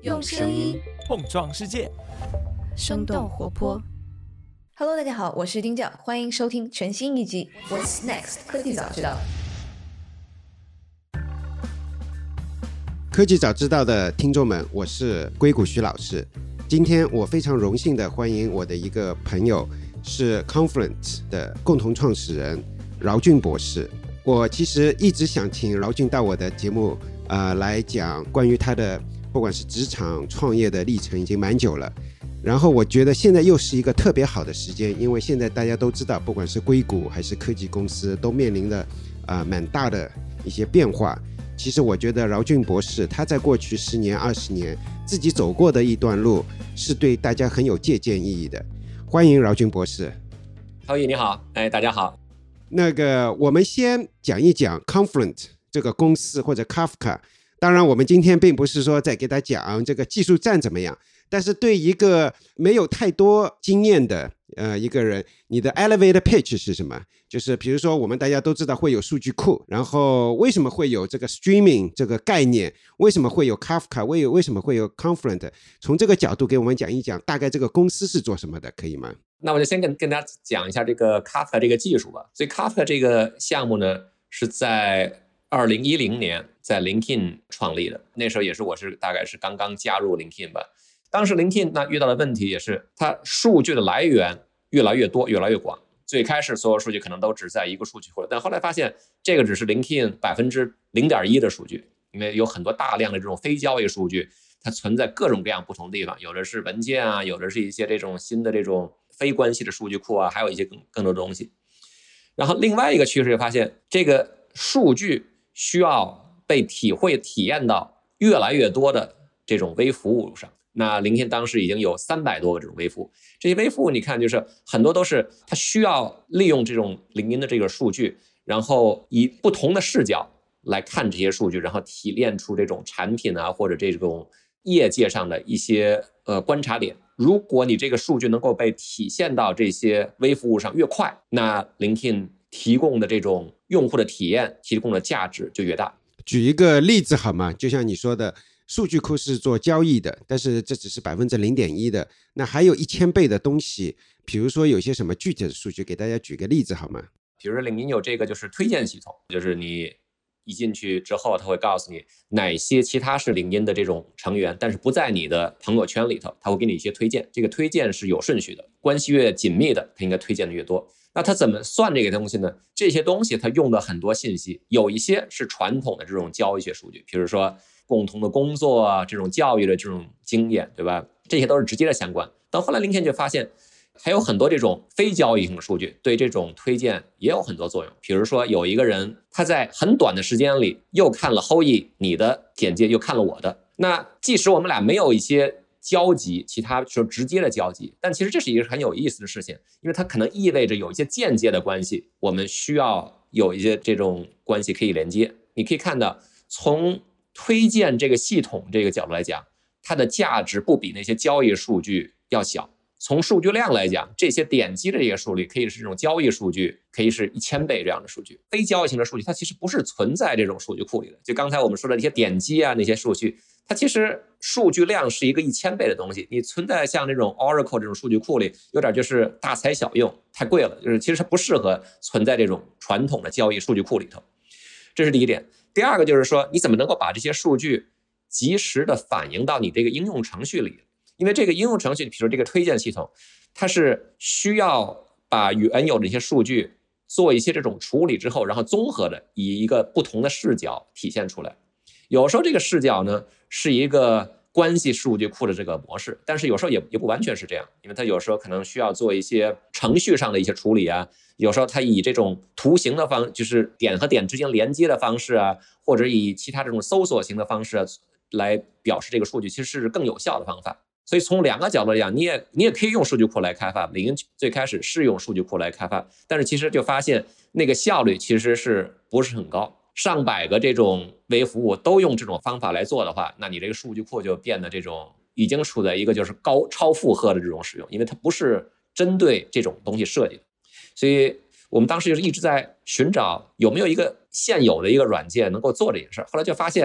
用声音碰撞世界， 生动活泼。Hello， 大家好，我是丁教，欢迎收听全新一集 What's Next 科技早知道。 科技早知道的听众们，我是硅谷徐老师。今天我非常荣幸的欢迎我的一个朋友，是 Confluent 的共同创始人饶俊博士。我其实一直想请饶俊到我的节目来讲关于他的不管是职场创业的历程，已经蛮久了。然后我觉得现在又是一个特别好的时间，因为现在大家都知道，不管是硅谷还是科技公司都面临了蛮大的一些变化。其实我觉得饶俊博士他在过去10年20年自己走过的一段路是对大家很有借鉴意义的。欢迎饶俊博士。 浩毅你好，大家好。 那个我们先讲一讲 Confluent 这个公司或者 Kafka。当然我们今天并不是说在给他讲这个技术栈怎么样，但是对一个没有太多经验的一个人，你的 elevator pitch 是什么？就是比如说我们大家都知道会有数据库，然后为什么会有这个 streaming 这个概念，为什么会有 Kafka， 为什么会有 Confluent， 从这个角度给我们讲一讲大概这个公司是做什么的，可以吗？ 那我就先跟大家讲一下这个 Kafka 这个技术吧。所以 Kafka 这个项目呢是在2010年在 LinkedIn 创立的，那时候我大概是刚刚加入 LinkedIn 吧。当时 LinkedIn 呢遇到的问题也是它数据的来源越来越多越来越广，最开始所有数据可能都只在一个数据库，但后来发现这个只是 LinkedIn 0.1% 的数据，因为有很多大量的这种非交易数据，它存在各种各样不同的地方，有的是文件啊，有的是一些这种新的这种非关系的数据库啊，还有一些更多的东西。然后另外一个趋势就发现这个数据需要被体验到越来越多的这种微服务上。那LinkedIn当时已经有300多个这种微服务，这些微服务你看就是很多都是它需要利用这种LinkedIn的这个数据，然后以不同的视角来看这些数据，然后提炼出这种产品啊或者这种业界上的一些观察点。如果你这个数据能够被体现到这些微服务上越快，那 LinkedIn 提供的这种用户的体验提供的价值就越大。 举一个例子好吗？就像你说的，数据库是做交易的，但是这只是 0.1% 的，那还有1000倍的东西，比如说有些什么具体的数据，给大家举个例子好吗？ 比如说LinkedIn有这个就是推荐系统，就是你一进去之后，它会告诉你哪些其他是LinkedIn的这种成员，但是不在你的朋友圈里头，它会给你一些推荐，这个推荐是有顺序的，关系越紧密的，它应该推荐的越多。那它怎么算这个东西呢？这些东西它用的很多信息，有一些是传统的这种交易学数据，比如说共同的工作啊，这种教育的这种经验，对吧？这些都是直接的相关。到后来LinkedIn就发现还有很多这种非交易性的数据对这种推荐也有很多作用。比如说有一个人他在很短的时间里又看了后羿你的简介，又看了我的，那即使我们俩没有一些交集，其他就直接的交集，但其实这是一个很有意思的事情，因为它可能意味着有一些间接的关系，我们需要有一些这种关系可以连接。你可以看到从推荐这个系统这个角度来讲，它的价值不比那些交易数据要小。从数据量来讲，这些点击的这些数据可以是这种交易数据，可以是1000倍这样的数据。非交易型的数据它其实不是存在这种数据库里的，就刚才我们说的一些点击啊那些数据，它其实数据量是一个1000倍的东西，你存在像这种 Oracle 这种数据库里有点就是大材小用，太贵了，就是其实它不适合存在这种传统的交易数据库里头。这是第一点。第二个就是说你怎么能够把这些数据及时的反映到你这个应用程序里，因为这个应用程序比如这个推荐系统，它是需要把原有的一些数据做一些这种处理之后，然后综合的以一个不同的视角体现出来。有时候这个视角呢是一个关系数据库的这个模式，但是有时候也不完全是这样，因为它有时候可能需要做一些程序上的一些处理啊，有时候它以这种图形的就是点和点之间连接的方式啊，或者以其他这种搜索型的方式来表示这个数据，其实是更有效的方法。所以从2个角度来讲，你也可以用数据库来开发，LinkedIn最开始是用数据库来开发，但是其实就发现那个效率其实是不是很高。上百个这种微服务都用这种方法来做的话，那你这个数据库就变得这种已经处在一个就是超负荷的这种使用，因为它不是针对这种东西设计的。所以我们当时就是一直在寻找有没有一个现有的一个软件能够做这件事，后来就发现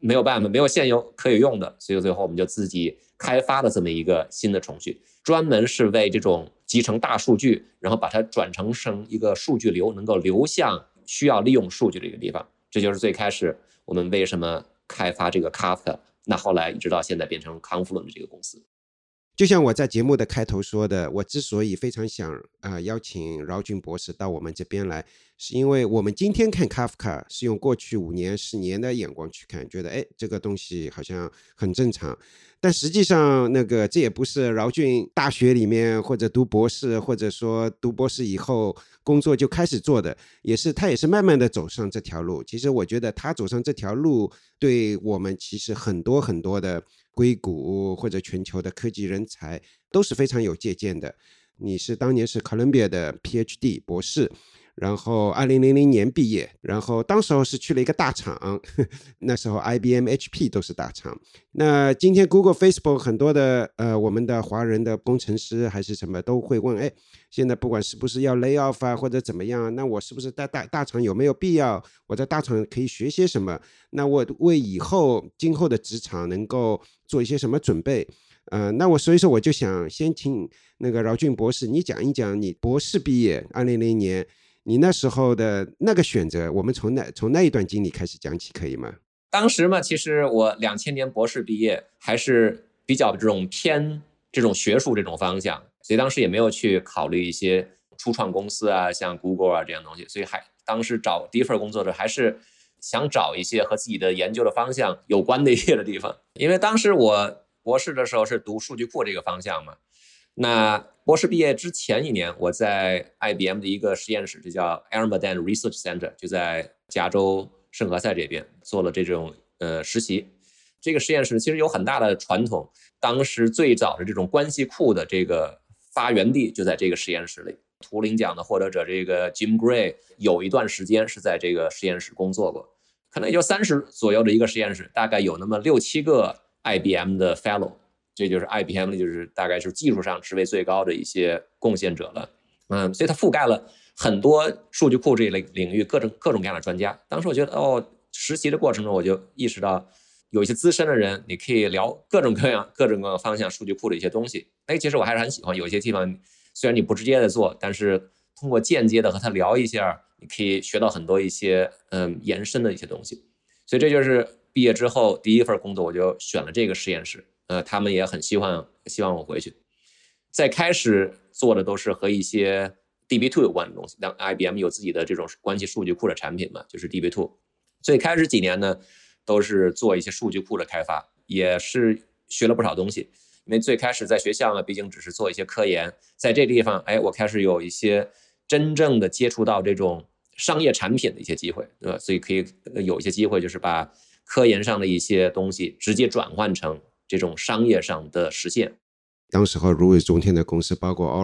没有办法，没有现有可以用的，所以最后我们就自己开发了这么一个新的程序，专门是为这种集成大数据，然后把它转成一个数据流，能够流向需要利用数据的一个地方。这就是最开始我们为什么开发这个 Kafka， 那后来一直到现在变成 Confluent 这个公司。 就像我在节目的开头说的，我之所以非常想邀请饶俊博士到我们这边来，是因为我们今天看 Kafka 是用过去5年10年的眼光去看，觉得这个东西好像很正常，但实际上这也不是饶俊大学里面或者读博士，或者说读博士以后工作就开始做的，他也是慢慢的走上这条路。其实我觉得他走上这条路对我们其实很多很多的硅谷或者全球的科技人才都是非常有借鉴的。你当年是 Columbia 的 PhD 博士，然后2000年毕业，然后当时候是去了一个大厂，那时候 IBM HP 都是大厂。那今天 Google Facebook 很多的我们的华人的工程师还是什么都会问，现在不管是不是要 lay off 或者怎么样，那我是不是在大厂有没有必要，我在大厂可以学些什么，那我为今后的职场能够做一些什么准备。那所以说我就想先请饶俊博士你讲一讲你博士毕业2000年你那时候的那个选择，我们从那一段经历开始讲起可以吗？ 当时嘛，其实我2000年博士毕业，还是比较这种偏这种学术这种方向，所以当时也没有去考虑一些初创公司啊，像 Google 啊这样东西，所以当时找第一份工作的还是想找一些和自己的研究的方向有关的一些的地方。因为当时我博士的时候是读数据库这个方向嘛，那博士毕业之前1年，我在 IBM 的一个实验室，这叫 Almaden Research Center， 就在加州圣何塞这边做了这种实习。这个实验室其实有很大的传统，当时最早的这种关系库的这个发源地就在这个实验室里。图灵奖的获得者这个 Jim Gray 有一段时间是在这个实验室工作过，可能也就30左右的一个实验室，大概有那么6、7个 IBM 的 Fellow， 这就是 IBM 的就是大概是技术上职位最高的一些贡献者了。所以它覆盖了很多数据库这一类领域各种各样的专家。当时我觉得实习的过程中我就意识到有一些资深的人，你可以聊各种各样方向数据库的一些东西。其实我还是很喜欢，有些地方虽然你不直接的做，但是通过间接的和他聊一下，你可以学到很多一些延伸的一些东西。所以这就是毕业之后第一份工作，我就选了这个实验室。他们也很希望我回去。在开始做的都是和一些 DB2 有关的东西，当 IBM 有自己的这种关系数据库的产品嘛，就是 DB2。最开始几年呢，都是做一些数据库的开发，也是学了不少东西。因为最开始在学校呢，毕竟只是做一些科研，在这地方，我开始有一些真正的接触到这种商业产品的一些机会，对吧？所以可以有一些机会，就是把科研上的一些东西直接转换成这种商业上的实现。 当时候如日中天的公司包括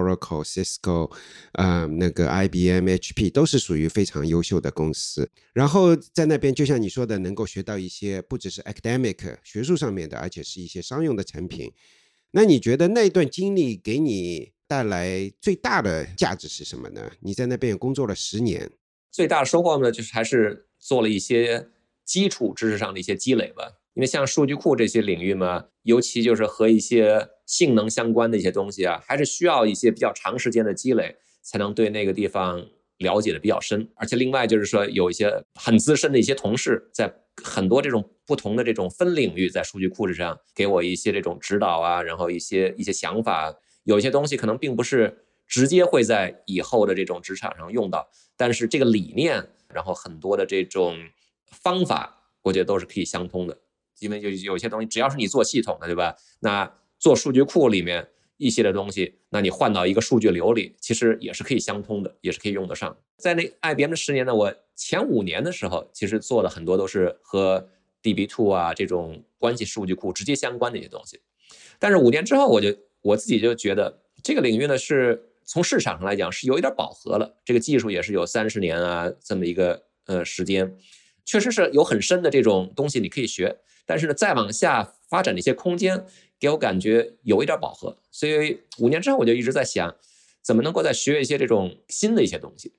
Oracle、Cisco、IBM、HP 都是属于非常优秀的公司。然后在那边就像你说的，能够学到一些不只是 academic 学术上面的，而且是一些商用的产品。那你觉得那一段经历给你带来最大的价值是什么呢？你在那边工作了10年， 最大的收获呢，就是还是做了一些基础知识上的一些积累吧。因为像数据库这些领域嘛，尤其就是和一些性能相关的一些东西啊，还是需要一些比较长时间的积累，才能对那个地方了解的比较深。而且另外就是说，有一些很资深的一些同事，在很多这种不同的这种分领域，在数据库上给我一些这种指导啊，然后一些想法。有一些东西可能并不是直接会在以后的这种职场上用到，但是这个理念，然后很多的这种方法，我觉得都是可以相通的。因为有些东西只要是你做系统的，对吧？那做数据库里面一些的东西，那你换到一个数据流里，其实也是可以相通的，也是可以用得上。在那 IBM 的10年呢，我前5年的时候，其实做的很多都是和 DB2 啊这种关系数据库直接相关的一些东西。但是5年之后，我自己就觉得这个领域呢，是从市场上来讲是有一点饱和了，这个技术也是有30年啊这么一个时间，确实是有很深的这种东西你可以学。但是呢，再往下发展的一些空间，给我感觉有一点饱和。所以5年之后，我就一直在想，怎么能够再学一些这种新的一些东西。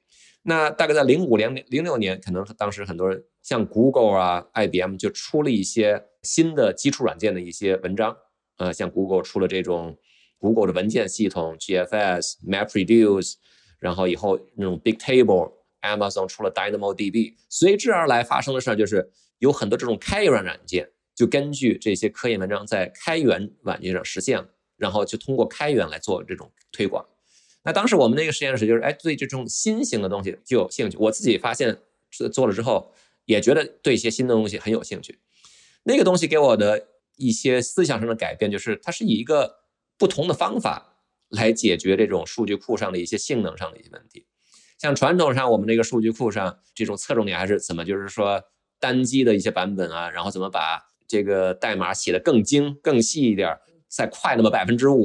那大概在05年、06年，可能当时很多人像 Google 啊、IBM 就出了一些新的基础软件的一些文章，像 Google 出了这种 Google 的文件系统 GFS、MapReduce， 然后以后那种 BigTable，Amazon 出了 DynamoDB， 随之而来发生的事就是有很多这种开源软件就根据这些科研文章在开源软件上实现了，然后就通过开源来做这种推广。那当时我们那个实验室就是对这种新型的东西就有兴趣，我自己发现做了之后也觉得对一些新的东西很有兴趣。那个东西给我的一些思想上的改变就是它是以一个不同的方法来解决这种数据库上的一些性能上的一些问题。像传统上我们这个数据库上这种侧重点还是怎么就是说单机的一些版本啊，然后怎么把这个代码写得更精更细一点，再快那么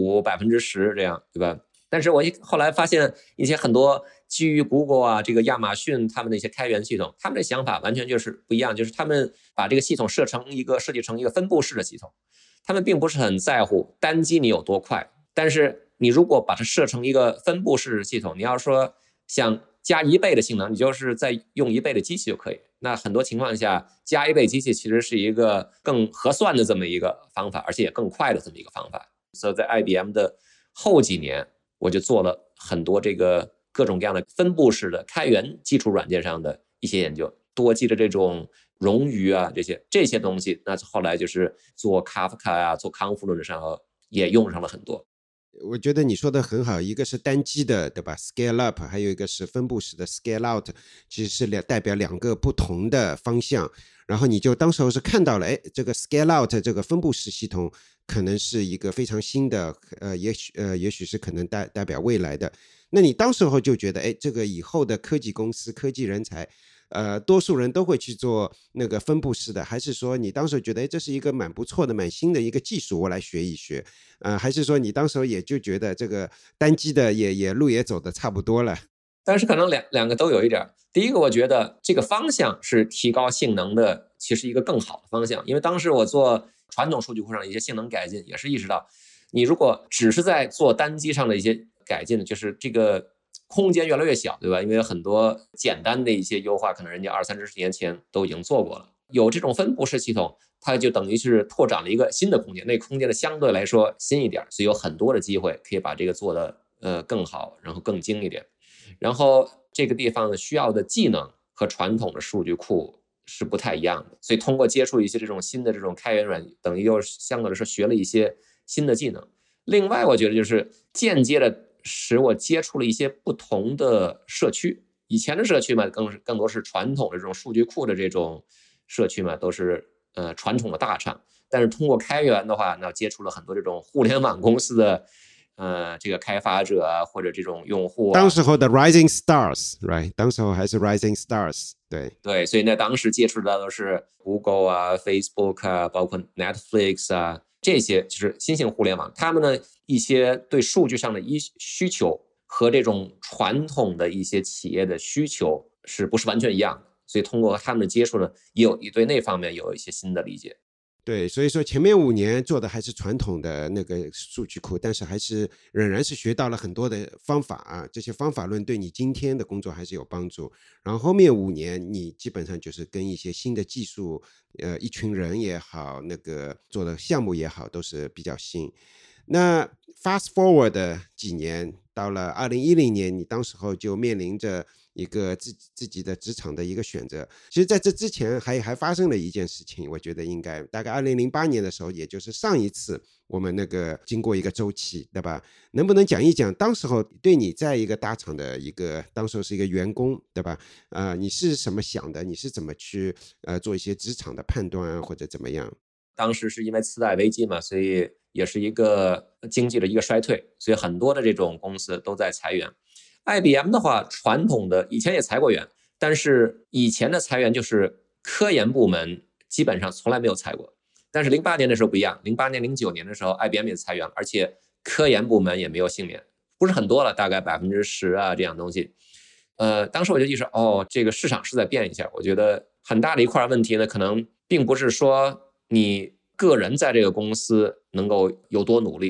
5%、10%这样，对吧？但是我后来发现一些很多基于 Google 啊，这个亚马逊他们的一些开源系统，他们的想法完全就是不一样，就是他们把这个系统设计成一个分布式的系统，他们并不是很在乎单机你有多快，但是你如果把它设成一个分布式系统，你要说想加1倍的性能，你就是再用1倍的机器就可以。那很多情况下加1倍机器其实是一个更合算的这么一个方法，而且也更快的这么一个方法。所以在 IBM 的后几年我就做了很多这个各种各样的分布式的开源基础软件上的一些研究，多机的这种冗余啊这些东西，那后来就是做 Kafka 啊，做 Confluent 上也用上了很多。 我觉得你说的很好，一个是单机的，对吧 ？Scale up， 还有一个是分布式的 Scale out， 其实是代表2个不同的方向。然后你就当时候是看到了，这个 Scale out 这个分布式系统可能是一个非常新的，也许是可能代表未来的。那你当时候就觉得，这个以后的科技公司、科技人才，多数人都会去做那个分布式的，还是说你当时觉得，这是一个蛮不错的、蛮新的一个技术，我来学一学，还是说你当时候也就觉得这个单机的路也走得差不多了？ 但是可能两个都有一点。第一个，我觉得这个方向是提高性能的，其实一个更好的方向。因为当时我做传统数据库上的一些性能改进，也是意识到，你如果只是在做单机上的一些改进，就是这个空间越来越小，对吧？因为很多简单的一些优化，可能人家20-30年前都已经做过了。有这种分布式系统，它就等于是拓展了一个新的空间，那空间的相对来说新一点，所以有很多的机会可以把这个做得更好，然后更精一点。然后这个地方需要的技能和传统的数据库是不太一样的，所以通过接触一些这种新的这种开源软件，等于又相对来说学了一些新的技能。另外我觉得就是间接的使我接触了一些不同的社区。以前的社区嘛，更多是传统的这种数据库的这种社区嘛，都是传统的大厂。但是通过开源的话，那接触了很多这种互联网公司的这个开发者啊，或者这种用户当时候的 Rising Stars， right？ 当时候还是 Rising Stars， 对， 所以呢，当时接触的都是 Google 啊、Facebook 啊，包括 Netflix 啊，这些就是新兴互联网，他们的一些对数据上的需求和这种传统的一些企业的需求是不是完全一样的？所以通过他们的接触呢，也对那方面有一些新的理解。 对，所以说前面5年做的还是传统的那个数据库，但是仍然是学到了很多的方法啊，这些方法论对你今天的工作还是有帮助。然后后面5年你基本上就是跟一些新的技术，一群人也好，那个做的项目也好，都是比较新。那 fast forward 几年，到了2010年，你当时候就面临着一个自己的职场的一个选择。其实在这之前还发生了一件事情，我觉得应该大概2008年的时候，也就是上一次我们那个经过一个周期，对吧？能不能讲一讲当时候对你在一个大厂的当时候是一个员工，对吧？你是什么想的？你是怎么去做一些职场的判断啊，或者怎么样？ 当时是因为次贷危机嘛，所以也是一个经济的一个衰退，所以很多的这种公司都在裁员。IBM 的话，传统的以前也裁过员，但是以前的裁员就是科研部门基本上从来没有裁过。但是08年的时候不一样，08年、09年的时候 IBM 也裁员了，而且科研部门也没有幸免，不是很多了，大概10%啊这样东西。当时我就意识到，这个市场是在变一下。我觉得很大的一块问题呢，可能并不是说你个人在这个公司能够有多努力，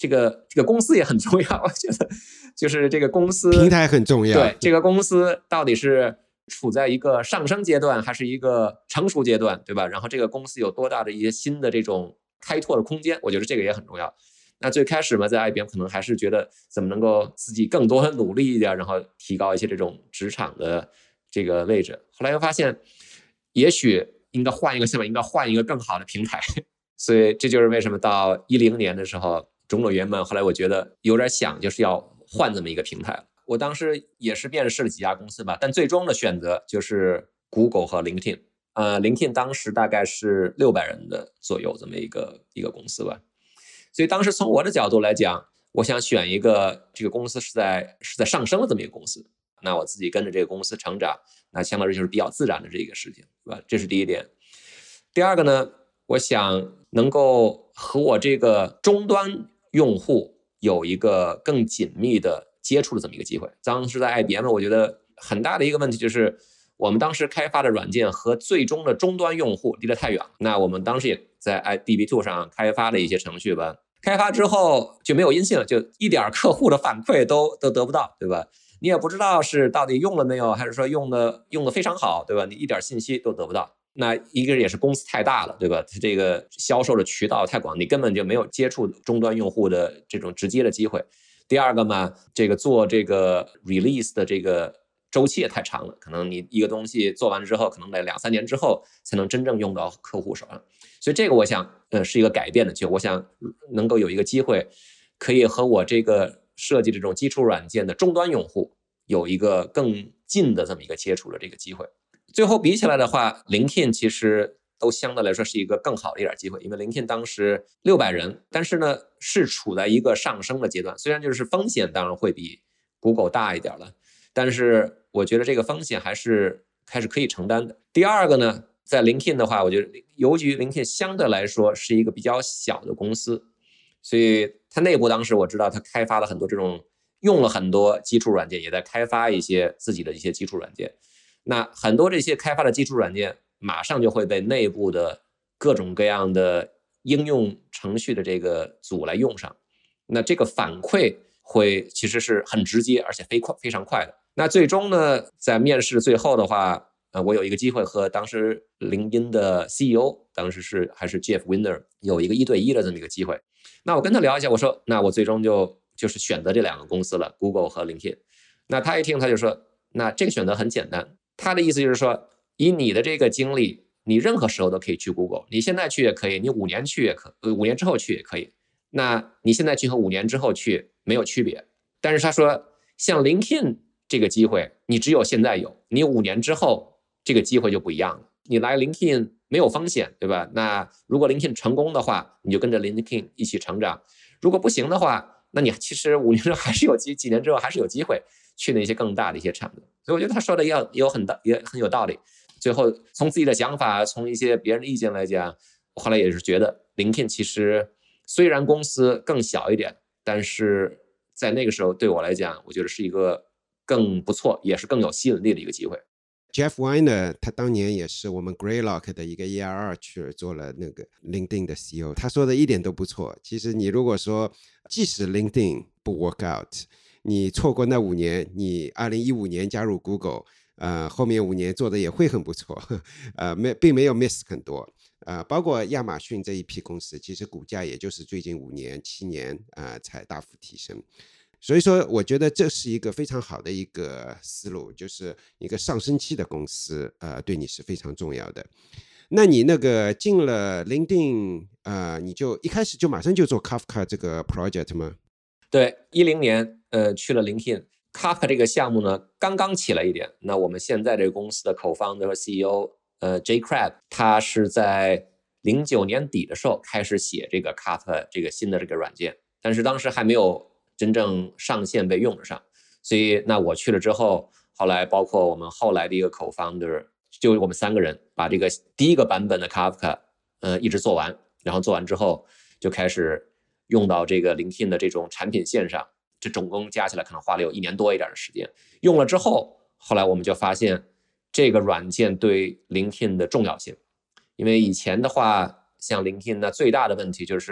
这个公司也很重要，我觉得就是这个公司平台很重要。 对，这个公司到底是处在一个上升阶段还是一个成熟阶段，对吧？然后这个公司有多大的一些新的这种开拓的空间，我觉得这个也很重要。那最开始嘛，在 IBM 可能还是觉得怎么能够自己更多的努力一点，然后提高一些这种职场的这个位置。后来又发现，也许应该换一个项目，应该换一个更好的平台。所以这就是为什么到2010年的时候，种种原因，后来我觉得有点想就是要换这么一个平台。我当时也是面试了几家公司吧，但最终的选择就是 Google 和 LinkedIn。LinkedIn 当时大概是600人的左右这么一个公司吧。所以当时从我的角度来讲，我想选一个这个公司是在上升的这么一个公司，那我自己跟着这个公司成长，那相当于就是比较自然的这个事情，对吧？这是第一点。第二个呢，我想能够和我这个终端用户有一个更紧密的接触的这么一个机会。当时在 IBM， 我觉得很大的一个问题就是我们当时开发的软件和最终的终端用户离得太远了。那我们当时也在 DB2 上开发了一些程序吧，开发之后就没有音信了，就一点客户的反馈都得不到，对吧？你也不知道是到底用了没有，还是说用的非常好，对吧？你一点信息都得不到。那一个也是公司太大了，对吧？它这个销售的渠道太广，你根本就没有接触终端用户的这种直接的机会。第二个嘛，这个做这个 release 的这个周期也太长了，可能你一个东西做完之后，可能在2-3年之后才能真正用到客户手上。所以这个我想是一个改变的机会，我想能够有一个机会可以和我这个设计这种基础软件的终端用户有一个更近的这么一个接触的这个机会。最后比起来的话， LinkedIn 其实都相对来说是一个更好的一点机会，因为 LinkedIn 当时600人，但是呢是处在一个上升的阶段，虽然就是风险当然会比 Google 大一点了，但是我觉得这个风险还是可以承担的。第二个呢，在 LinkedIn 的话，我觉得由于 LinkedIn 相对来说是一个比较小的公司，所以它内部当时我知道它开发了很多这种，用了很多基础软件，也在开发一些自己的一些基础软件。那很多这些开发的基础软件马上就会被内部的各种各样的应用程序的这个组来用上，那这个反馈会其实是很直接而且非常快的。那最终呢，在面试最后的话，我有一个机会和当时LinkedIn的 CEO， 当时还是 Jeff Winner， 有一个1对1的这么一个机会。那我跟他聊一下，我说那我最终就是选择这2个公司了， Google 和 LinkedIn。 那他一听他就说，那这个选择很简单，他的意思就是说，以你的这个经历，你任何时候都可以去 Google， 你现在去也可以，你5年去也可以，5年之后去也可以。那你现在去和5年之后去没有区别。但是他说，像 LinkedIn 这个机会，你只有现在有，你5年之后这个机会就不一样了。你来 LinkedIn 没有风险，对吧？那如果 LinkedIn 成功的话，你就跟着 LinkedIn 一起成长；如果不行的话，那你其实5年之后还是几年之后还是有机会去那些更大的一些厂子。所以我觉得他说的也很有道理。最后从自己的想法，从一些别人的意见来讲，我后来也是觉得 LinkedIn 其实虽然公司更小一点，但是在那个时候对我来讲，我觉得是一个更不错也是更有吸引力的一个机会。 Jeff Weiner 他当年也是我们 Greylock 的一个 ERR 去做了那个 LinkedIn 的 CEO， 他说的一点都不错。其实你如果说即使 LinkedIn 不 work out， 你错过那5年，你2015年加入 Google，后面5年做的也会很不错，并没有 miss 很多。包括亚马逊这一批公司，其实股价也就是最近5年、7年才大幅提升。所以说我觉得这是一个非常好的一个思路，就是一个上升期的公司对你是非常重要的。那你那个进了 LinkedIn，你就一开始就马上就做 Kafka 这个 project 吗？ 对，10年去了 LinkedIn。 Kafka 这个项目呢刚刚起来一点。那我们现在这个公司的 co-founder 和 CEO Jay Crabb， 他是在09年底的时候开始写这个 Kafka 这个新的这个软件，但是当时还没有真正上线被用得上。所以那我去了之后，后来包括我们后来的一个 co-founder， 就我们3个人把这个第一个版本的 Kafka 一直做完，然后做完之后就开始用到这个 LinkedIn 的这种产品线上，这总共加起来可能花了有1年多一点的时间。用了之后，后来我们就发现这个软件对 LinkedIn 的重要性。因为以前的话，像 LinkedIn 的最大的问题就是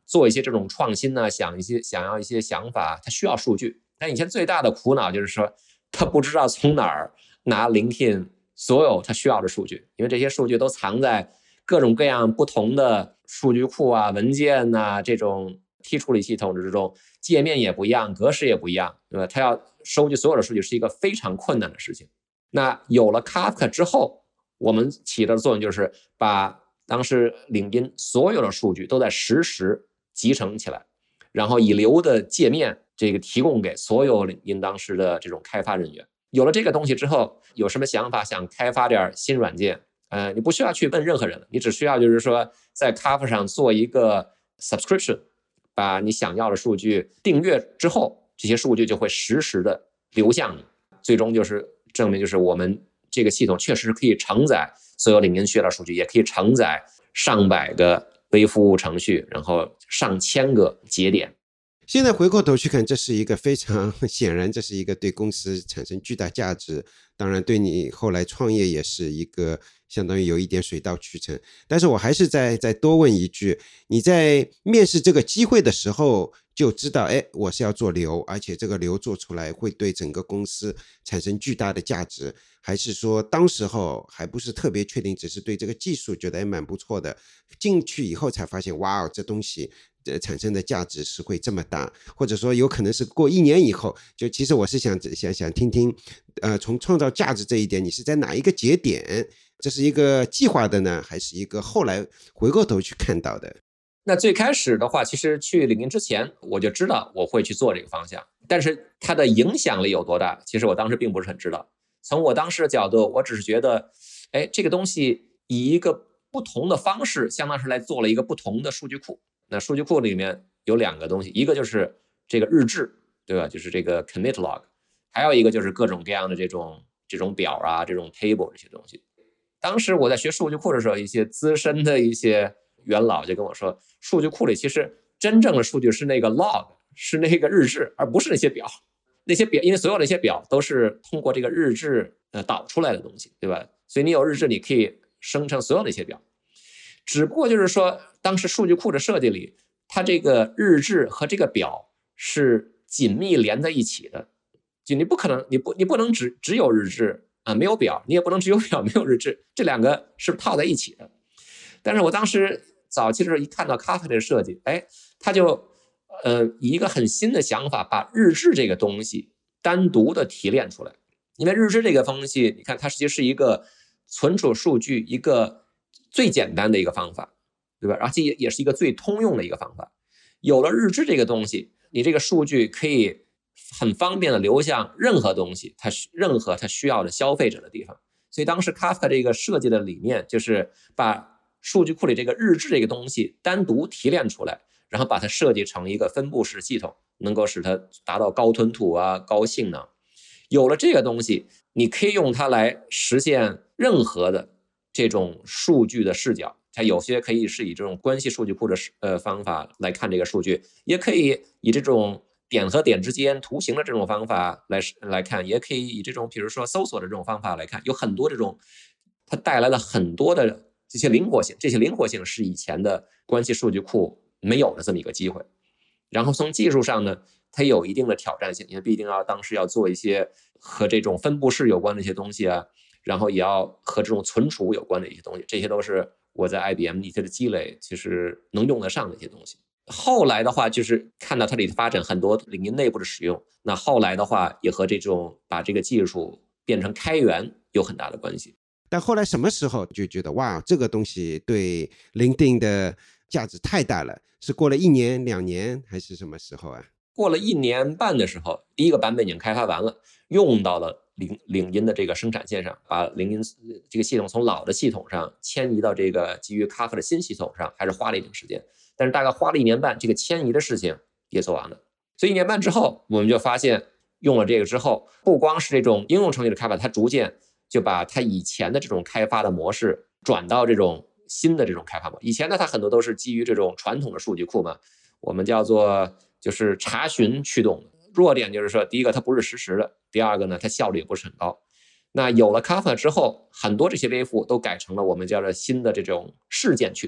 做一些这种创新呢，想要一些想法，它需要数据。但以前最大的苦恼就是说，他不知道从哪儿拿 LinkedIn 所有他需要的数据，因为这些数据都藏在各种各样不同的数据库啊、文件啊，这种梯处理系统的这种界面也不一样，格式也不一样，对吧？他要收集所有的数据是一个非常困难的事情。那有了 Kafka 之后，我们起的作用就是把当时领英所有的数据都在实时集成起来，然后以流的界面这个提供给所有领英当时的这种开发人员。有了这个东西之后，有什么想法想开发点新软件，你不需要去问任何人了，你只需要就是说在 Kafka 上做一个 subscription， 把你想要的数据订阅之后，这些数据就会实时的流向你，最终就是证明就是我们这个系统确实可以承载所有领英需要的数据，也可以承载上百个微服务程序，然后上千个节点。 现在回过头去看，这是一个非常显然，这是一个对公司产生巨大价值，当然对你后来创业也是一个相当于有一点水到渠成。但是我还是再多问一句，你在面试这个机会的时候就知道，我是要做流，而且这个流做出来会对整个公司产生巨大的价值，还是说当时候还不是特别确定，只是对这个技术觉得蛮不错的，进去以后才发现，哇，这东西产生的价值是会这么大，或者说有可能是过1年以后，就其实我是想听听，从创造价值这一点，你是在哪一个节点？这是一个计划的呢，还是一个后来回过头去看到的？ 那最开始的话，其实去领英之前，我就知道我会去做这个方向，但是它的影响力有多大，其实我当时并不是很知道。从我当时的角度，我只是觉得，这个东西以一个不同的方式，相当是来做了一个不同的数据库。那数据库里面有2个东西，一个就是这个日志，对吧？就是这个 commit log， 还有一个就是各种各样的这种表啊，这种 table 这些东西。当时我在学数据库的时候，一些资深的一些元老就跟我说，数据库里其实真正的数据是那个 log， 是那个日志，而不是那些表。那些表，因为所有的一些表都是通过这个日志导出来的东西，对吧？所以你有日志，你可以生成所有的一些表。只不过就是说，当时数据库的设计里，它这个日志和这个表是紧密连在一起的。就你不可能，你不能只有日志没有表，你也不能只有表没有日志，这2个是套在一起的。但是我当时早期的时候一看到 Kafka 的设计，它就以一个很新的想法，把日志这个东西单独的提炼出来。因为日志这个东西，你看它其实是一个存储数据一个最简单的一个方法，对吧？而且也是一个最通用的一个方法。有了日志这个东西，你这个数据可以很方便的流向任何东西，任何它需要的消费者的地方。所以当时 Kafka 这个设计的理念就是把数据库里这个日志这个东西单独提炼出来，然后把它设计成一个分布式系统，能够使它达到高吞吐啊、高性能。有了这个东西，你可以用它来实现任何的这种数据的视角。它有些可以是以这种关系数据库的方法来看这个数据，也可以以这种点和点之间图形的这种方法来看，也可以以这种比如说搜索的这种方法来看。有很多这种，它带来了很多的这些灵活性，这些灵活性是以前的关系数据库没有的这么一个机会。然后从技术上呢，它有一定的挑战性，因为毕竟当时要做一些和这种分布式有关的一些东西啊，然后也要和这种存储有关的一些东西，这些都是我在 IBM 一些的积累，其实能用得上的一些东西。后来的话，就是看到它里的发展，很多领英内部的使用，那后来的话也和这种把这个技术变成开源有很大的关系。 但后来什么时候就觉得哇，这个东西对 LinkedIn 的价值太大了？是过了1年2年还是什么时候啊？ 过了1年半的时候，第一个版本已经开发完了，用到了领英的这个生产线上，把领英这个系统从老的系统上迁移到这个基于 Kafka 的新系统上，还是花了一定时间。但是大概花了1年半，这个迁移的事情也做完了。所以1年半之后，我们就发现用了这个之后，不光是这种应用程序的开发，它逐渐就把它以前的这种开发的模式转到这种新的这种开发模式。以前呢，它很多都是基于这种传统的数据库嘛，我们叫做就是查询驱动的。弱点就是说，第一个它不是实时的，第二个呢，它效率也不是很高。那有了 Kafka 之后，很多这些微服务都改成了我们叫做新的这种事件驱动。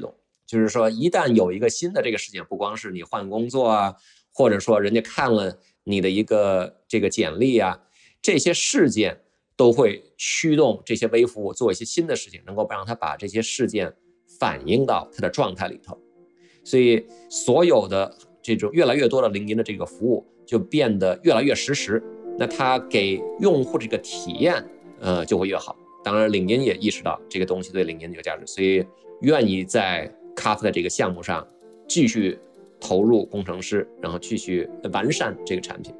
就是说一旦有一个新的这个事件，不光是你换工作啊，或者说人家看了你的一个这个简历啊，这些事件都会驱动这些微服务做一些新的事情，能够让他把这些事件反映到他的状态里头。所以所有的这种越来越多的领英的这个服务就变得越来越实时，那它给用户这个体验就会越好。当然领英也意识到这个东西对领英有价值，所以愿意在 Kafka 这个项目上继续投入工程师，然后继续完善这个产品。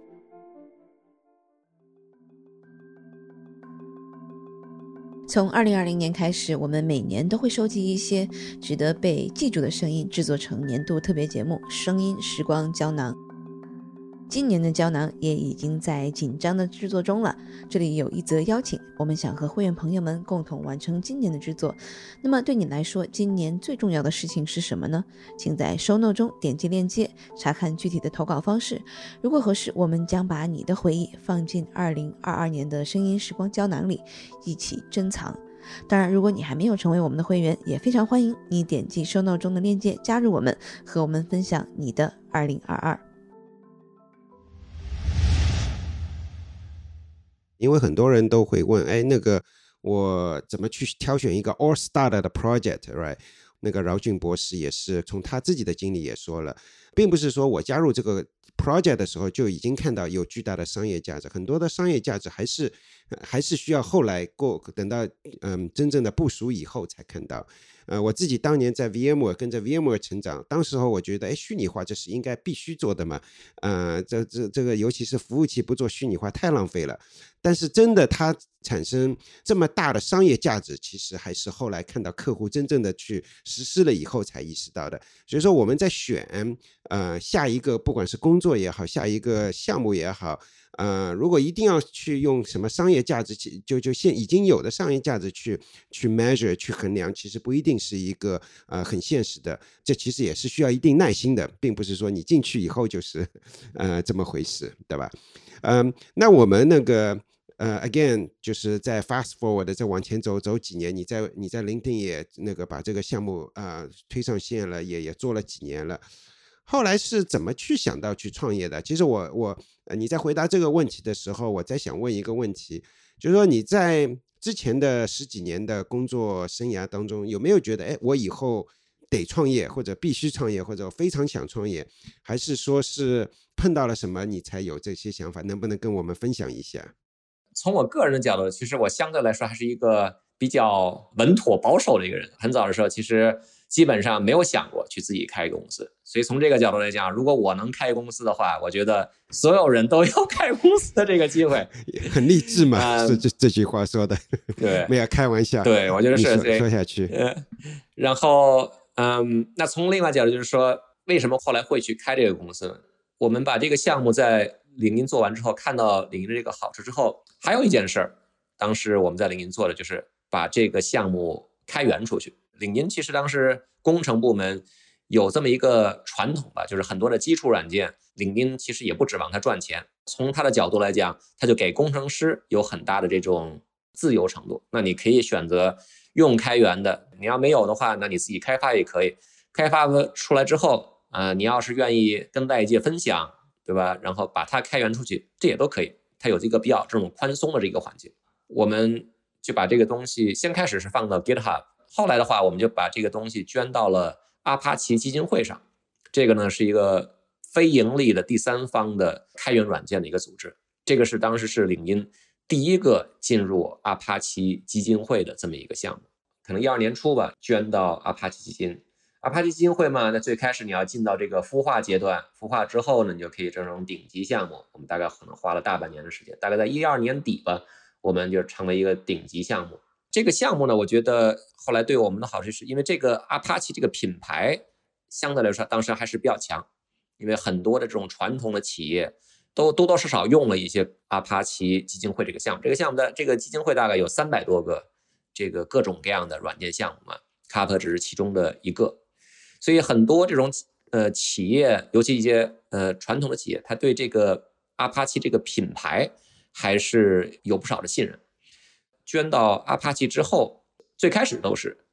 从2020年开始，我们每年都会收集一些值得被记住的声音，制作成年度特别节目《声音时光胶囊》。今年的胶囊也已经在紧张的制作中了，这里有一则邀请，我们想和会员朋友们共同完成今年的制作。那么对你来说，今年最重要的事情是什么呢？请在 show note 中点击链接查看具体的投稿方式。如果合适，我们将把你的回忆放进2022年的声音时光胶囊里一起珍藏。当然，如果你还没有成为我们的会员，也非常欢迎你点击 show note 中的链接加入我们，和我们分享你的2022。 因为很多人都会问，那个我怎么去挑选一个 all star 的 project， right？ 那个饶俊博士也是从他自己的经历也说了，并不是说我加入这个 project 的时候就已经看到有巨大的商业价值，很多的商业价值还是需要后来等到真正的部署以后才看到。我自己当年在 VMware 跟着 VMware 成长，当时候我觉得虚拟化这是应该必须做的嘛，这个尤其是服务器不做虚拟化太浪费了。但是真的它产生这么大的商业价值，其实还是后来看到客户真正的去实施了以后才意识到的。所以说我们在选下一个不管是工作也好，下一个项目也好，如果一定要去用什么商业价值，就现已经有的商业价值去 measure 去衡量，其实不一定是一个很现实的。这其实也是需要一定耐心的，并不是说你进去以后就是这么回事，对吧？那我们那个again 就是在 fast forward 再往前走几年，你在LinkedIn 也那个把这个项目推上线了，也做了几年了。后来是怎么去想到去创业的？其实你在回答这个问题的时候，我在想问一个问题，就是说你在之前的10几年的工作生涯当中，有没有觉得我以后得创业，或者必须创业，或者非常想创业，还是说是碰到了什么你才有这些想法？能不能跟我们分享一下？ 从我个人的角度，其实我相对来说还是一个比较稳妥保守的一个人。很早的时候，其实基本上没有想过去自己开一个公司。所以从这个角度来讲，如果我能开公司的话，我觉得所有人都有开公司的这个机会。 很励志嘛，这句话说的。 对， 没有开玩笑。 对，我觉得是说下去。 然后那从另外角度就是说，为什么后来会去开这个公司呢？我们把这个项目在领英做完之后，看到领英的这个好处之后，还有一件事儿，当时我们在领英做的就是把这个项目开源出去。领英其实当时工程部门有这么一个传统吧，就是很多的基础软件，领英其实也不指望它赚钱。从它的角度来讲，它就给工程师有很大的这种自由程度。那你可以选择用开源的，你要没有的话，那你自己开发也可以。开发出来之后，你要是愿意跟外界分享，对吧？然后把它开源出去，这也都可以。它有这个比较这种宽松的这个环境，我们就把这个东西先开始是放到 GitHub， 后来的话，我们就把这个东西捐到了阿帕奇基金会上。这个呢是一个非盈利的第三方的开源软件的一个组织。这个是当时是领英第一个进入阿帕奇基金会的这么一个项目，可能12年初吧，捐到阿帕奇基金。阿帕奇基金会嘛，那最开始你要进到这个孵化阶段，孵化之后呢，你就可以这种顶级项目。我们大概可能花了大半年的时间，大概在12年底吧，我们就成为一个顶级项目。这个项目呢，我觉得后来对我们的好处是因为这个阿帕奇这个品牌相对来说当时还是比较强，因为很多的这种传统的企业都多多少少用了一些阿帕奇基金会这个项目。这个项目的这个基金会大概有300多个这个各种各样的软件项目嘛，Kafka只是其中的一个。所以很多这种企业，尤其一些传统的企业，它对这个阿帕奇这个品牌还是有不少的信任。捐到阿帕奇之后，最开始都是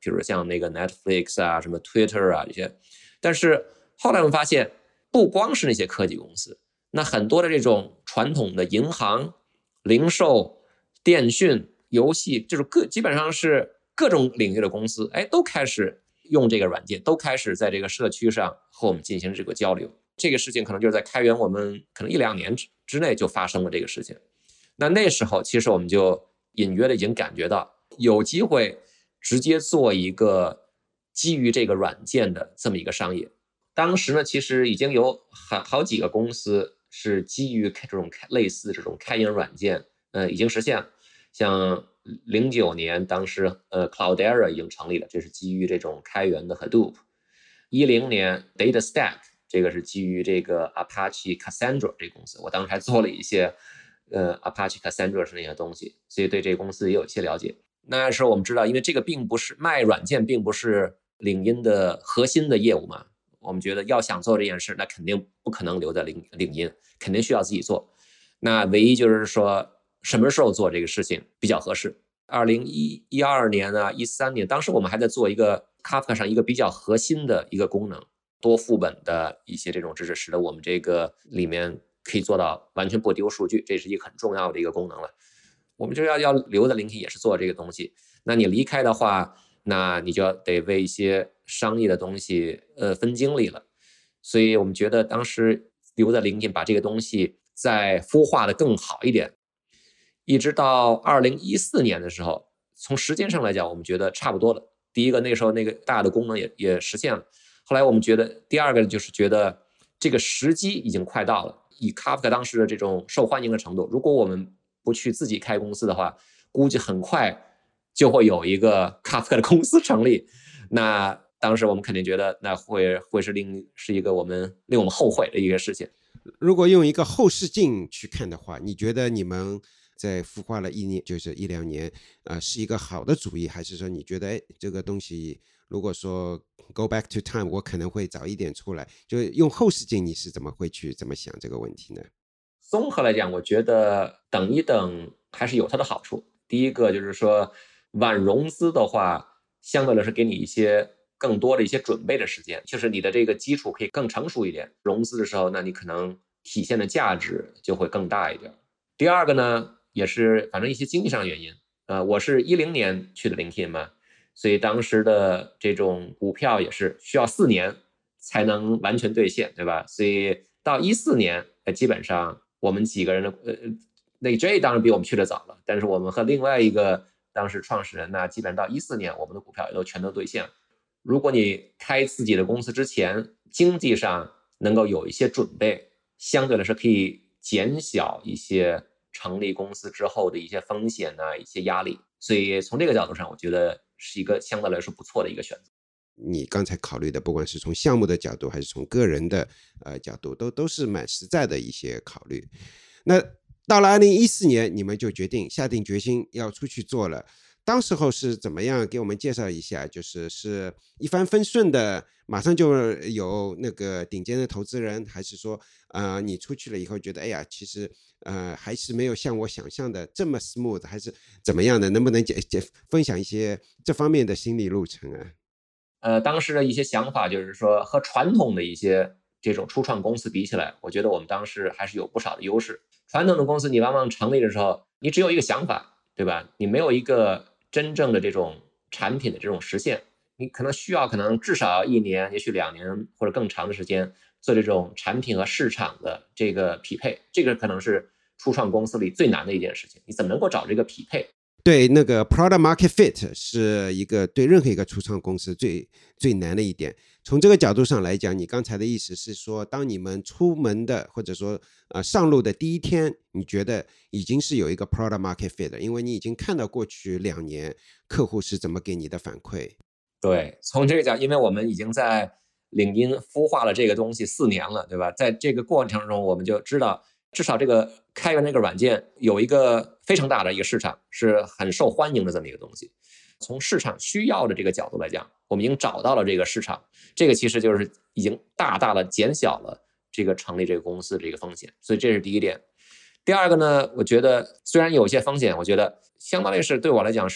比如像那个 Netflix 啊、什么 Twitter 啊这些。但是后来我们发现，不光是那些科技公司，那很多的这种传统的银行、零售、电讯、游戏，就是基本上是各种领域的公司，都开始用这个软件，都开始在这个社区上和我们进行这个交流。这个事情可能就是在开源我们可能1-2年之内就发生了这个事情。那时候其实我们就隐约的已经感觉到有机会直接做一个基于这个软件的这么一个商业。当时呢，其实已经有好几个公司是基于这种类似这种开源软件，已经实现了。像09年，当时Cloudera 已经成立了，这是基于这种开源的 Hadoop。10年 DataStack， 这个是基于这个 Apache Cassandra 这个公司，我当时还做了一些Apache Cassandra 是那些东西，所以对这个公司也有一些了解。那时候我们知道，因为这个并不是卖软件，并不是领英的核心的业务嘛，我们觉得要想做这件事，那肯定不可能留在领英，肯定需要自己做。那唯一就是说什么时候做这个事情比较合适。2012年啊13年，当时我们还在做一个 Kafka 上一个比较核心的一个功能，多副本的一些这种知识，使得我们这个里面可以做到完全不丢数据，这是一个很重要的一个功能了。我们就要留在 LinkedIn 也是做这个东西。那你离开的话，那你就得为一些商业的东西分精力了。所以我们觉得当时留在 LinkedIn 把这个东西再孵化的更好一点。一直到2014年的时候，从时间上来讲我们觉得差不多了。第一个那时候那个大的功能也实现了。后来我们觉得第二个就是觉得这个时机已经快到了。以 Kafka 当时的这种受欢迎的程度，如果我们不去自己开公司的话，估计很快就会有一个 Kafka 的公司成立。那当时我们肯定觉得那会是一个令我们后悔的一个事情。 如果用一个后视镜去看的话，你觉得你们在孵化了就是1-2年，是一个好的主意，还是说你觉得这个东西如果说 go back to time， 我可能会早一点出来？就用后视镜，你是怎么想这个问题呢？ 综合来讲，我觉得等一等还是有它的好处。第一个就是说，晚融资的话，相对来说给你一些更多的一些准备的时间，就是你的这个基础可以更成熟一点。融资的时候，那你可能体现的价值就会更大一点。第二个呢，也是反正一些经济上的原因。我是10年去的 LinkedIn 嘛，所以当时的这种股票也是需要4年才能完全兑现，对吧？所以到14年，基本上我们几个人的那 J 当然比我们去的早了，但是我们和另外一个当时创始人，那基本上到14年，我们的股票也都全都兑现了。如果你开自己的公司之前，经济上能够有一些准备，相对来说可以减小一些成立公司之后的一些风险啊，一些压力。所以从这个角度上，我觉得是一个相对来说不错的一个选择。 你刚才考虑的，不管是从项目的角度，还是从个人的角度，都是蛮实在的一些考虑。那到了2014年，你们就下定决心要出去做了。当时候是怎么样？给我们介绍一下，是一帆风顺的，马上就有那个顶尖的投资人，还是说你出去了以后觉得哎呀，其实还是没有像我想象的这么 smooth， 还是怎么样的？能不能分享一些这方面的心理路程啊？ 当时的一些想法就是说，和传统的一些这种初创公司比起来，我觉得我们当时还是有不少的优势。传统的公司你往往成立的时候，你只有一个想法，对吧？你没有一个真正的这种产品的这种实现，你可能需要至少1年，也许2年或者更长的时间做这种产品和市场的这个匹配。这个可能是初创公司里最难的一件事情，你怎么能够找这个匹配？ 对，那个 product market fit 是一个对任何一个初创公司最难的一点。从这个角度上来讲，你刚才的意思是说，当你们出门的或者说上路的第一天，你觉得已经是有一个 product market fit 的，因为你已经看到过去2年客户是怎么给你的反馈。 对，从这个讲，因为我们已经在领英孵化了这个东西4年了，对吧？在这个过程中，我们就知道至少这个开源这个软件有一个非常大的一个市场，是很受欢迎的这么一个东西。从市场需要的这个角度来讲，我们已经找到了这个市场，这个其实就是已经大大的减小了这个成立这个公司这个风险，所以这是第一点。第二个呢，我觉得虽然有些风险，我觉得相当于是对我来讲是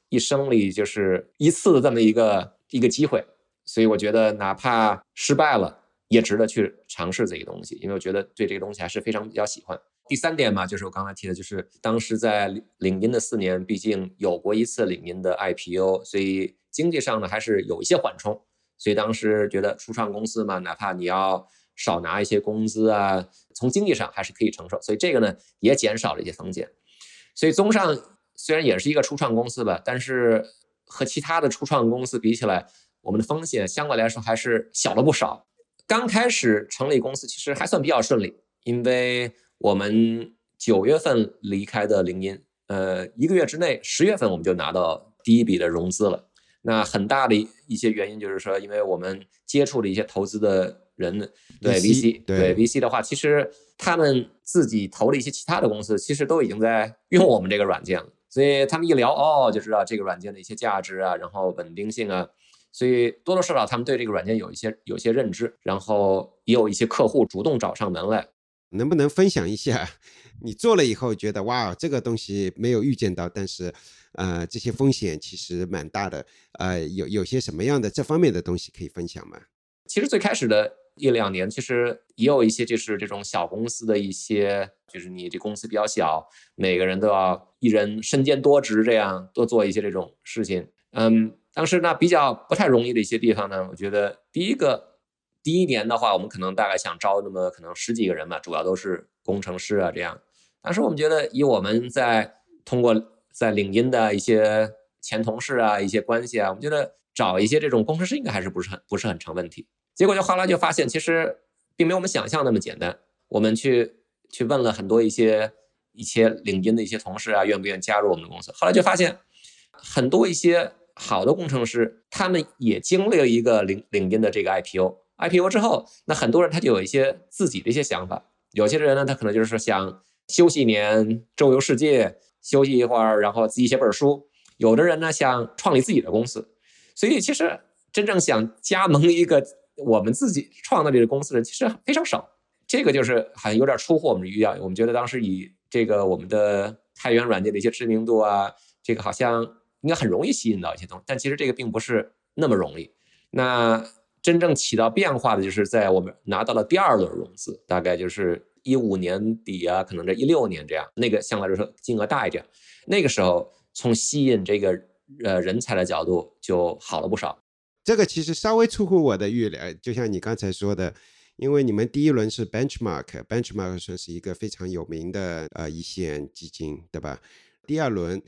一生里就是一次的这么一个机会，所以我觉得哪怕失败了也值得去尝试这个东西，因为我觉得对这个东西还是非常比较喜欢。第3点嘛，就是我刚才提的，就是当时在领英的4年，毕竟有过一次领英的 IPO， 所以经济上呢还是有一些缓冲，所以当时觉得初创公司嘛，哪怕你要少拿一些工资啊，从经济上还是可以承受，所以这个呢也减少了一些风险。所以综上，虽然也是一个初创公司吧，但是和其他的初创公司比起来，我们的风险相对来说还是小了不少。刚开始成立公司其实还算比较顺利，因为我们9月份离开的领英，1个月之内10月份我们就拿到第一笔的融资了。那很大的一些原因就是说，因为我们接触了一些投资的人，对 VC， 对 VC 的话，其实他们自己投了一些其他的公司，其实都已经在用我们这个软件了，所以他们一聊就知道这个软件的一些价值啊，然后稳定性啊，所以多多少少他们对这个软件有一些认知，然后也有一些客户主动找上门来。 能不能分享一下你做了以后觉得哇这个东西没有预见到，但是这些风险其实蛮大的，有些什么样的这方面的东西可以分享吗？ 其实最开始的1-2年其实也有一些就是这种小公司的一些，就是你这公司比较小，每个人都要一人身兼多职，这样多做一些这种事情。当时呢比较不太容易的一些地方呢，我觉得第一年的话，我们可能大概想招那么可能10几个人吧，主要都是工程师啊这样。当时我们觉得以我们通过在领英的一些前同事啊一些关系啊，我们觉得找一些这种工程师应该还是不是很成问题。结果后来就发现其实并没有我们想象那么简单。我们去问了很多一些领英的一些同事啊，愿不愿意加入我们的公司。后来就发现很多一些好的工程师，他们也经历了一个领英的这个 IPO 之后，那很多人他就有一些自己的一些想法。有些人呢，他可能就是说想休息1年，周游世界，休息一会儿，然后自己写本书。有的人呢，想创立自己的公司。所以其实真正想加盟一个我们自己创的这个公司的人其实非常少。这个就是好像有点出乎我们的预料。我们觉得当时以这个我们的开源软件的一些知名度啊，这个好像应该很容易吸引到一些东西，但其实这个并不是那么容易。那真正起到变化的就是在我们拿到了第2轮融资，大概就是15年底啊，可能这16年这样，那个相对来说金额大一点。那个时候从吸引这个人才的角度就好了不少。 这个其实稍微出乎我的预料，就像你刚才说的，因为你们第1轮是 Benchmark 算是一个非常有名的一线基金，对吧？第2轮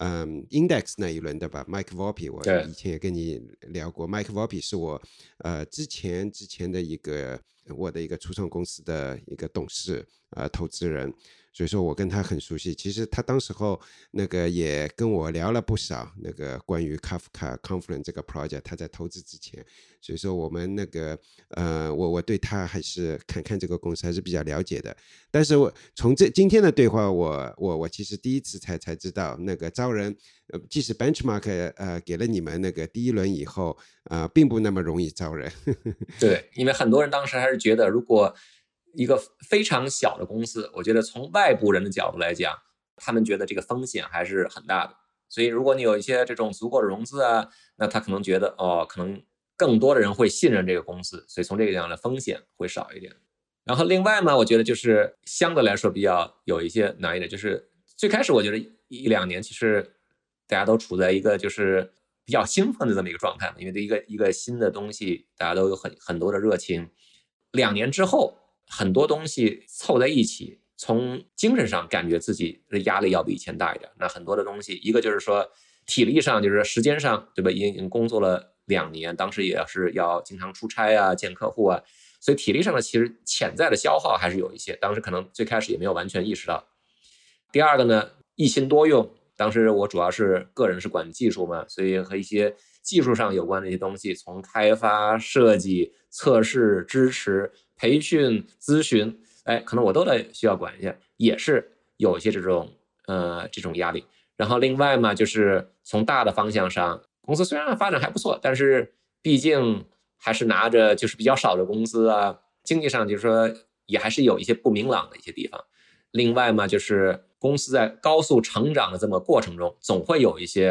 Index 那一轮对吧 Mike Volpe 我以前也跟你聊过， Mike Volpe 是我之前的我的一个初创公司的一个董事投资人，所以说我跟他很熟悉。其实他当时候那个也跟我聊了不少那个关于 Kafka Confluent 这个 project， 他在投资之前，所以说我们那个我对他还是看这个公司还是比较了解的。但是我从今天的对话，我其实第一次才知道那个招人即使 Benchmark 给了你们那个第1轮以后并不那么容易招人。 对，因为很多人当时还是觉得如果一个非常小的公司，我觉得从外部人的角度来讲，他们觉得这个风险还是很大的。所以如果你有一些这种足够的融资啊，那他可能觉得可能更多的人会信任这个公司，所以从这个讲的风险会少一点。然后另外嘛，我觉得就是相对来说比较有一些难一点，就是最开始我觉得1-2年其实大家都处在一个就是比较兴奋的这么一个状态，因为一个新的东西大家都有很多的热情。2年之后很多东西凑在一起，从精神上感觉自己的压力要比以前大一点。那很多的东西，一个就是说体力上，就是时间上，对吧？已经工作了2年，当时也是要经常出差啊，见客户啊，所以体力上的其实潜在的消耗还是有一些，当时可能最开始也没有完全意识到。第二个呢，一心多用，当时我主要是个人是管技术嘛，所以和一些技术上有关的一些东西，从开发、设计、测试、支持、培训、咨询，可能我都得需要管一下，也是有一些这种压力。然后另外嘛，就是从大的方向上，公司虽然发展还不错，但是毕竟还是拿着就是比较少的工资啊，经济上就是说也还是有一些不明朗的一些地方。另外嘛，就是公司在高速成长的这么过程中，总会有一些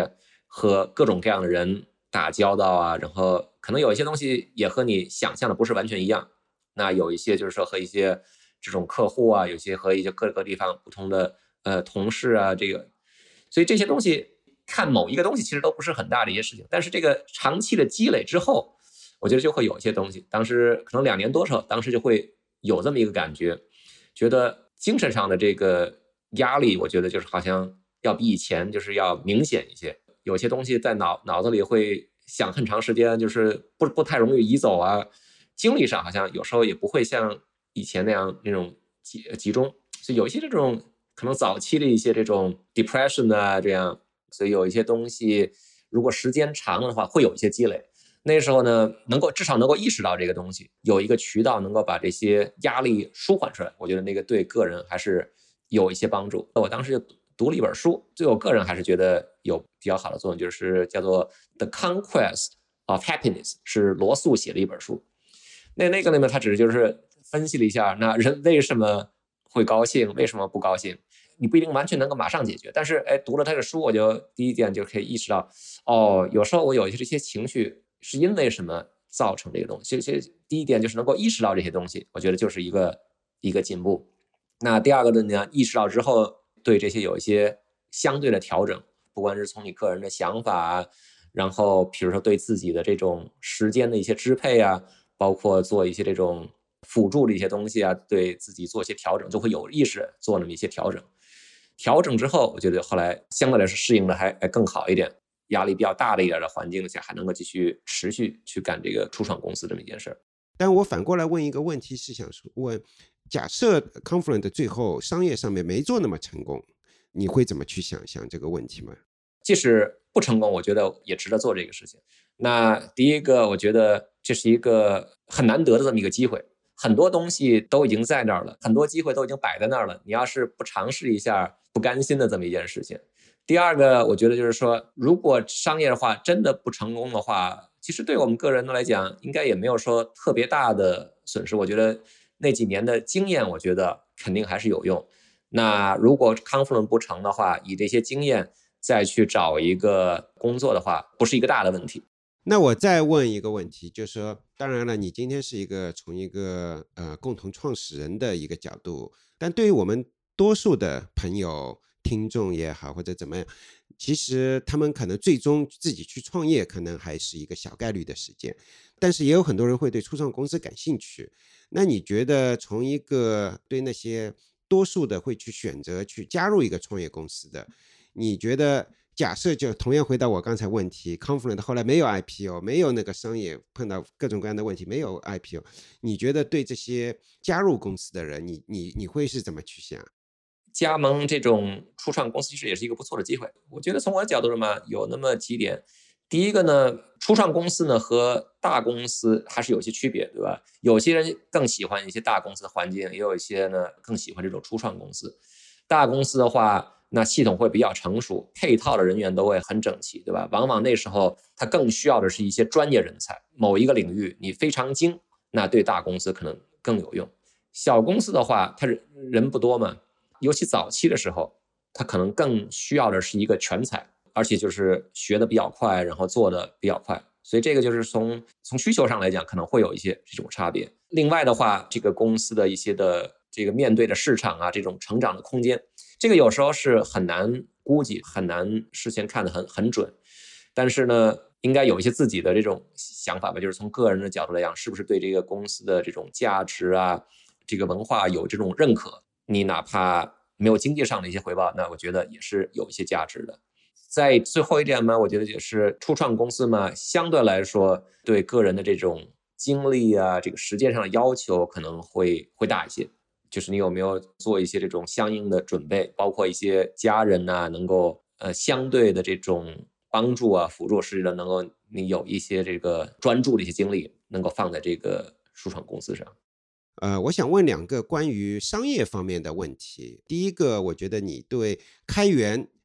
和各种各样的人打交道啊，然后可能有一些东西也和你想象的不是完全一样。那有一些就是说和一些这种客户啊，有些和一些各个地方不同的同事啊，所以这些东西看某一个东西其实都不是很大的一些事情，但是这个长期的积累之后，我觉得就会有一些东西。当时可能2年多时候，当时就会有这么一个感觉，觉得精神上的这个压力，我觉得就是好像要比以前就是要明显一些。有些东西在脑子里会想很长时间，就是不太容易移走啊。精力上好像有时候也不会像以前那种集中，所以有一些这种可能早期的一些这种 depression 啊这样，所以有一些东西如果时间长的话会有一些积累。那时候呢，至少能够意识到这个东西，有一个渠道能够把这些压力舒缓出来，我觉得那个对个人还是有一些帮助。我当时就读了一本书，对我个人还是觉得有比较好的作用，就是叫做 The Conquest of Happiness， 是罗素写的一本书。那个里面他只是就是分析了一下，那人为什么会高兴，为什么不高兴，你不一定完全能够马上解决，但是读了他的书，我就第一点就可以意识到，有时候我有一些这些情绪是因为什么造成这个东西。其实第一点就是能够意识到这些东西，我觉得就是一个进步。那第二个呢，意识到之后对这些有一些相对的调整，不管是从你个人的想法，然后比如说对自己的这种时间的一些支配啊，包括做一些这种辅助的一些东西啊，对自己做一些调整，就会有意识做那么一些调整。调整之后，我觉得后来相对来说适应的还更好一点，压力比较大的一点的环境下，还能够继续持续去干这个初创公司这么一件事。 但我反过来问一个问题，是想问，假设 Confluent 最后商业上面没做那么成功，你会怎么去想象这个问题吗？ 即使不成功，我觉得也值得做这个事情。那第一个，我觉得这是一个很难得的这么一个机会，很多东西都已经在那儿了，很多机会都已经摆在那儿了，你要是不尝试一下，不甘心的这么一件事情。第二个，我觉得就是说，如果商业的话真的不成功的话，其实对我们个人来讲，应该也没有说特别大的损失。我觉得那几年的经验，我觉得肯定还是有用。那如果 Confluent 不成的话，以这些经验再去找一个工作的话，不是一个大的问题。 那我再问一个问题，就是说，当然了，你今天是从一个共同创始人的一个角度，但对于我们多数的朋友、听众也好，或者怎么样，其实他们可能最终自己去创业，可能还是一个小概率的事件。但是也有很多人会对初创公司感兴趣。那你觉得，从一个对那些多数的会去选择去加入一个创业公司的，你觉得？假设就同样回到我刚才问题 Confluent 后来没有 IPO， 没有那个商业碰到各种各样的问题，没有 IPO， 你觉得对这些加入公司的人，你会是怎么去想？ 加盟这种初创公司其实也是一个不错的机会。我觉得从我的角度上有那么几点。第一个呢，初创公司呢和大公司还是有些区别，对吧？有些人更喜欢一些大公司的环境，也有一些呢更喜欢这种初创公司。大公司的话，那系统会比较成熟，配套的人员都会很整齐，对吧？往往那时候他更需要的是一些专业人才，某一个领域你非常精，那对大公司可能更有用。小公司的话，他人不多嘛，尤其早期的时候，他可能更需要的是一个全才，而且就是学的比较快，然后做的比较快，所以这个就是从需求上来讲，可能会有一些这种差别。另外的话，这个公司的一些的这个面对的市场啊，这种成长的空间，这个有时候是很难估计，很难事先看得很准。但是呢，应该有一些自己的这种想法吧，就是从个人的角度来讲，是不是对这个公司的这种价值啊，这个文化有这种认可？你哪怕没有经济上的一些回报，那我觉得也是有一些价值的。在最后一点嘛，我觉得也是初创公司嘛，相对来说对个人的这种精力啊，这个时间上的要求可能会大一些。就是你有没有做一些这种相应的准备，包括一些家人啊，能够相对的这种帮助啊、辅助，使得能够你有一些这个专注的一些精力，能够放在这个初创公司上。 我想问2个关于商业方面的问题。第一个，我觉得你对开源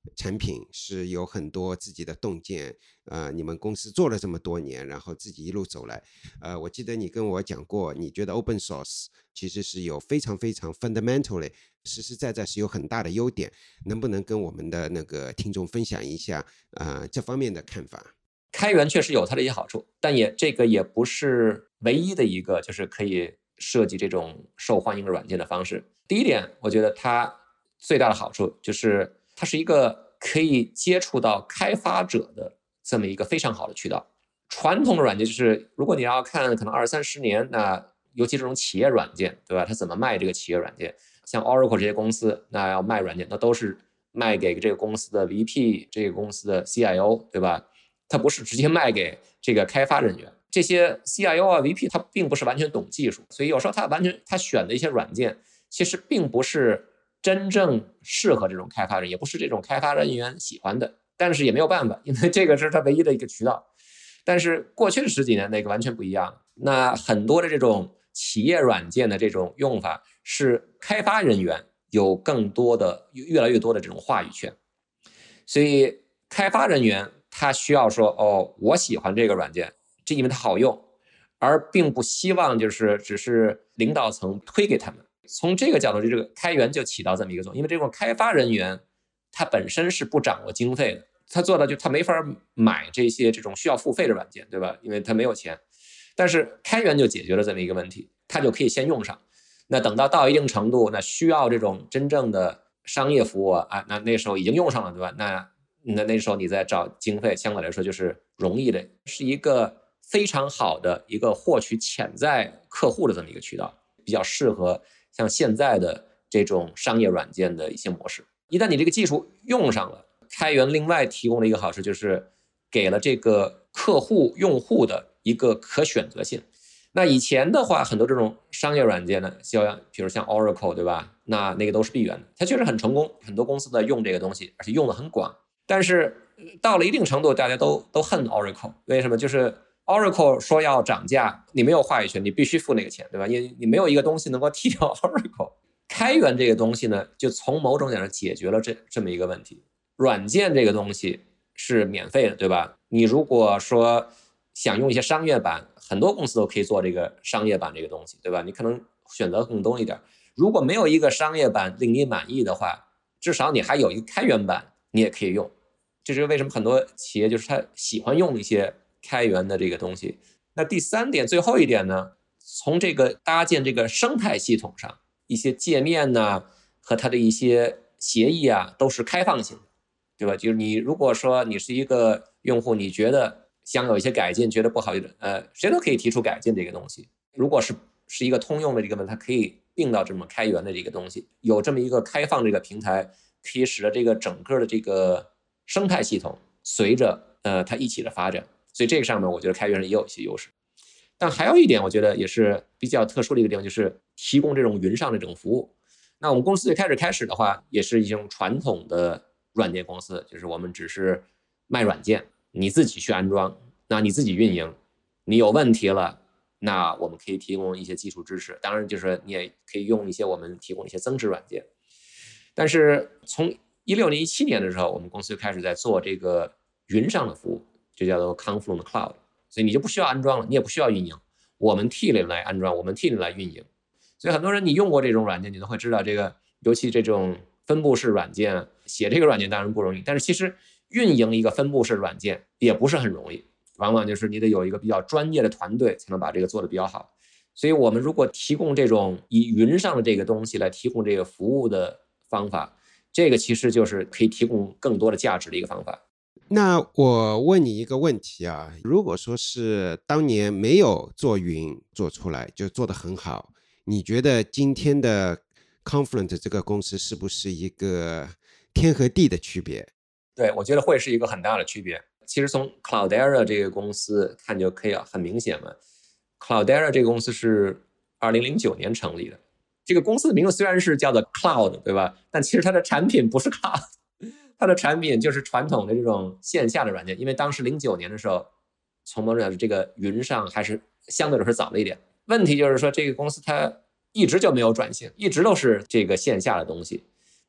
产品是有很多自己的洞见，你们公司做了这么多年，然后自己一路走来，我记得你跟我讲过，你觉得 open source 其实是有非常非常 fundamentally 实实在在是有很大的优点，能不能跟我们的那个听众分享一下这方面的看法？ 开源确实有它的一些好处，但这个也不是唯一的一个就是可以设计这种受欢迎的软件的方式。第一点，我觉得它最大的好处就是它是一个可以接触到开发者的这么一个非常好的渠道。传统的软件就是如果你要看可能20-30年，那尤其这种企业软件，对吧？它怎么卖这个企业软件？像 Oracle 这些公司，那要卖软件，那都是卖给这个公司的 VP， 这个公司的 CIO， 对吧？它不是直接卖给这个开发人员。这些 CIO 啊 VP 他并不是完全懂技术，所以有时候他选的一些软件其实并不是真正适合这种开发人，也不是这种开发人员喜欢的，但是也没有办法，因为这个是他唯一的一个渠道。但是过去的10几年那个完全不一样，那很多的这种企业软件的这种用法是开发人员有更多的越来越多的这种话语权，所以开发人员他需要说我喜欢这个软件，这因为它好用，而并不希望就是只是领导层推给他们。从这个角度，这个开源就起到这么一个作用，因为这种开发人员他本身是不掌握经费的，他做的就他没法买这种需要付费的软件，对吧？因为他没有钱。但是开源就解决了这么一个问题，他就可以先用上。那等到一定程度，那需要这种真正的商业服务啊，那时候已经用上了，对吧？那时候你再找经费，相对来说就是容易的，是一个非常好的一个获取潜在客户的这么一个渠道，比较适合像现在的这种商业软件的一些模式。一旦你这个技术用上了，开源另外提供的一个好处就是给了这个客户用户的一个可选择性。那以前的话，很多这种商业软件呢，比如像 Oracle， 对吧？那个都是闭源的，它确实很成功，很多公司在用这个东西，而且用的很广。但是到了一定程度，大家都恨 Oracle， 为什么？就是 Oracle 说要涨价，你没有话语权，你必须付那个钱，对吧？因为你没有一个东西能够替掉 Oracle。开源这个东西呢，就从某种角度上解决了这么一个问题。软件这个东西是免费的，对吧？你如果说想用一些商业版，很多公司都可以做这个商业版这个东西，对吧？你可能选择更多一点。如果没有一个商业版令你满意的话，至少你还有一个开源版，你也可以用。这是为什么很多企业就是他喜欢用一些开源的这个东西。那第3点，最后一点呢，从这个搭建这个生态系统上，一些界面呢和它的一些协议啊都是开放性的，对吧？就是你如果说你是一个用户，你觉得想有一些改进，觉得不好，谁都可以提出改进这个东西。如果是一个通用的这个问题，它可以并到这么开源的这个东西，有这么一个开放这个平台，可以使得这个整个的这个生态系统随着它一起的发展。所以这个上面我觉得开源也有一些优势。但还有一点我觉得也是比较特殊的一个地方，就是提供这种云上的这种服务。那我们公司最开始的话也是一种传统的软件公司，就是我们只是卖软件，你自己去安装，那你自己运营，你有问题了，那我们可以提供一些技术支持，当然就是你也可以用一些我们提供一些增值软件。但是从16年17年的时候，我们公司就开始在做这个云上的服务，就叫做 Confluent Cloud， 所以你就不需要安装了，你也不需要运营，我们替你来安装，我们替你来运营。所以很多人你用过这种软件，你都会知道这个，尤其这种分布式软件，写这个软件当然不容易，但是其实运营一个分布式软件也不是很容易，往往就是你得有一个比较专业的团队才能把这个做得比较好。所以我们如果提供这种以云上的这个东西来提供这个服务的方法，这个其实就是可以提供更多的价值的一个方法。 那我问你一个问题啊，如果说是当年没有做云做出来就做得很好，你觉得今天的 Confluent 这个公司是不是一个天和地的区别？ 对，我觉得会是一个很大的区别。其实从 Cloudera 这个公司看就可以很明显嘛。Cloudera 这个公司是2009年成立的，这个公司的名字虽然是叫做 Cloud， 对吧？但其实它的产品不是 Cloud， 它的产品就是传统的这种线下的软件。因为当时09年的时候，从某种角度这个云上还是相对来说早了一点。问题就是说这个公司它一直就没有转型，一直都是这个线下的东西。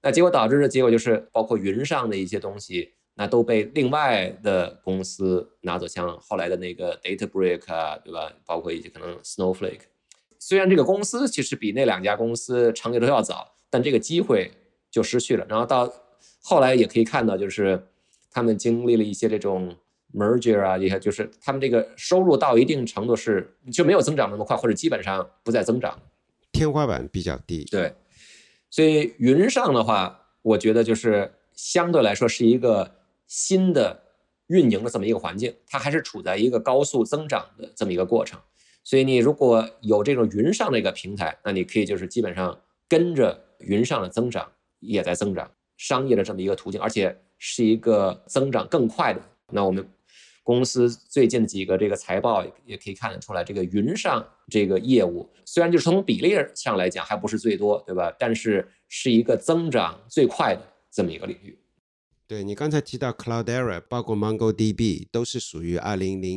那结果导致的结果就是包括云上的一些东西，那都被另外的公司拿走，像后来的那个 Databricks 啊，对吧？包括一些可能 Snowflake。虽然这个公司其实比那2家公司成立的要早，但这个机会就失去了。然后到后来也可以看到，就是他们经历了一些这种 merger 啊，也就是他们这个收入到一定程度是就没有增长那么快，或者基本上不再增长， 天花板比较低。 对，所以云上的话，我觉得就是相对来说是一个新的运营的这么一个环境，它还是处在一个高速增长的这么一个过程。所以你如果有这种云上的一个平台，那你可以就是基本上跟着云上的增长也在增长，商业的这么一个途径，而且是一个增长更快的。那我们公司最近几个这个财报也可以看得出来，这个云上这个业务虽然就是从比例上来讲还不是最多，对吧？但是是一个增长最快的这么一个领域。 对，你刚才提到 Cloudera 包括 MongoDB 都是属于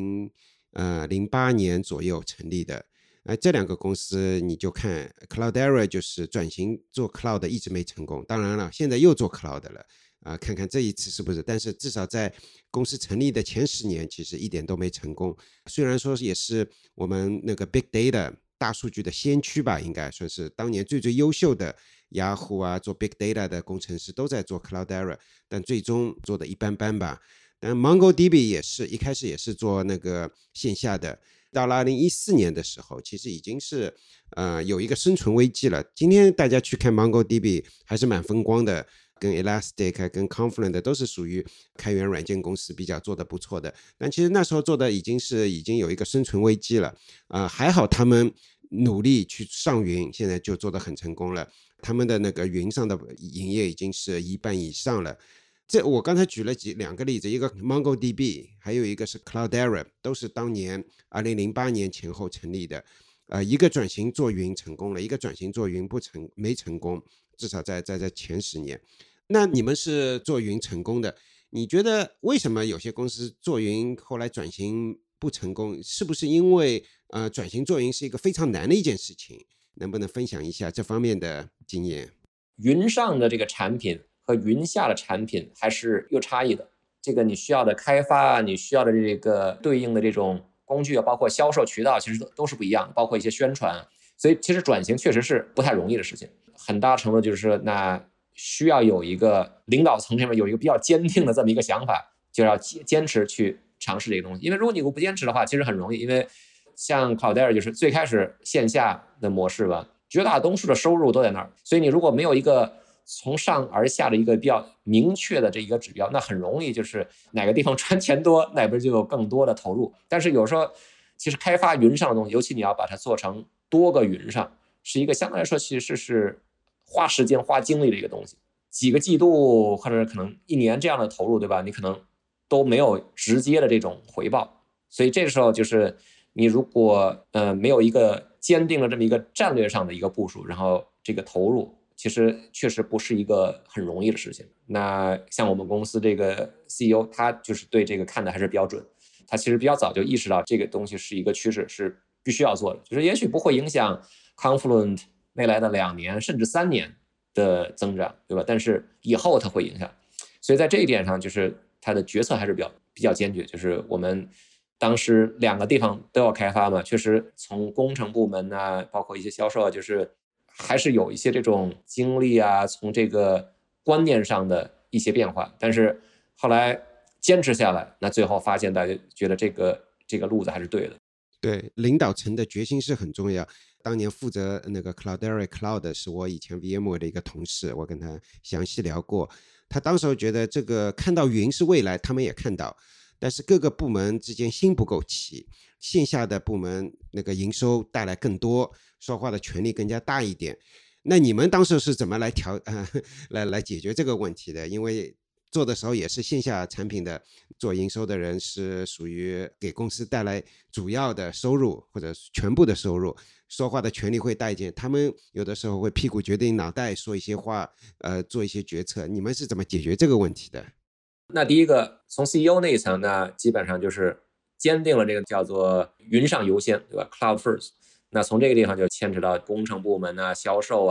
2008年左右成立的。这2个公司你就看 Cloudera 就是转型做 Cloud 一直没成功，当然了现在又做 Cloud 了。看看这一次是不是，但是至少在公司成立的前10年其实一点都没成功。虽然说也是我们那个 Big Data 大数据的先驱吧，应该说是当年最优秀的雅虎啊做 Big Data 的工程师都在做 Cloudera， 但最终做的一般般吧。但 MongoDB 也是一开始也是做那个线下的，到了2014年的时候其实已经是有一个生存危机了。今天大家去看 MongoDB 还是蛮风光的，跟 Elastic 跟 Confluent 都是属于开源软件公司比较做的不错的，但其实那时候做的已经有一个生存危机了。还好他们努力去上云，现在就做得很成功了，他们的那个云上的营业已经是1半以上了。这我刚才举了2个例子，一个 MongoDB 还有一个是 Cloudera， 都是当年2008年前后成立的。一个转型做云成功了，一个转型做云没成功，至少在前10年。那你们是做云成功的，你觉得为什么有些公司做云后来转型不成功？是不是因为转型做云是一个非常难的一件事情？能不能分享一下这方面的经验？ 云上的这个产品和云下的产品还是有差异的，这个你需要的开发，你需要的这个对应的这种工具啊，包括销售渠道，其实都是不一样，包括一些宣传。所以其实转型确实是不太容易的事情，很大程度就是那需要有一个领导层上面有一个比较坚定的这么一个想法，就要坚持去尝试这个东西。因为如果你不坚持的话，其实很容易，因为像 Cloudera 就是最开始线下的模式吧，绝大多数的收入都在那儿，所以你如果没有一个从上而下的一个比较明确的这一个指标，那很容易就是哪个地方赚钱多，那边就有更多的投入。但是有时候其实开发云上的东西，尤其你要把它做成多个云上，是一个相对来说其实是花时间花精力的一个东西，几个季度或者可能1年这样的投入，对吧？你可能都没有直接的这种回报，所以这个时候就是你如果没有一个坚定的这么一个战略上的一个部署，然后这个投入其实确实不是一个很容易的事情。那像我们公司这个 CEO 他就是对这个看的还是比较准，他其实比较早就意识到这个东西是一个趋势，是必须要做的，就是也许不会影响 Confluent 未来的2年甚至3年的增长，对吧？但是以后它会影响，所以在这一点上，就是他的决策还是比较坚决。就是我们当时2个地方都要开发嘛，确实从工程部门啊，包括一些销售啊，就是还是有一些这种经历啊，从这个观念上的一些变化。但是后来坚持下来，那最后发现大家觉得这个路子还是对的。 对，领导层的决心是很重要。当年负责那个 Cloudera Cloud 是我以前 VMware 的一个同事，我跟他详细聊过。他当时觉得这个看到云是未来，他们也看到，但是各个部门之间心不够齐，线下的部门那个营收带来更多，说话的权力更加大一点。那你们当时是怎么来解决这个问题的？因为做的时候也是线下产品的，做营收的人是属于给公司带来主要的收入或者全部的收入，说话的权利会大一点，他们有的时候会屁股决定脑袋，说一些话，做一些决策。你们是怎么解决这个问题的？ 那第一个从 CEO 那一层呢，基本上就是坚定了这个叫做云上优先，对吧？ Cloud first。 那从这个地方就牵扯到工程部门啊、销售啊，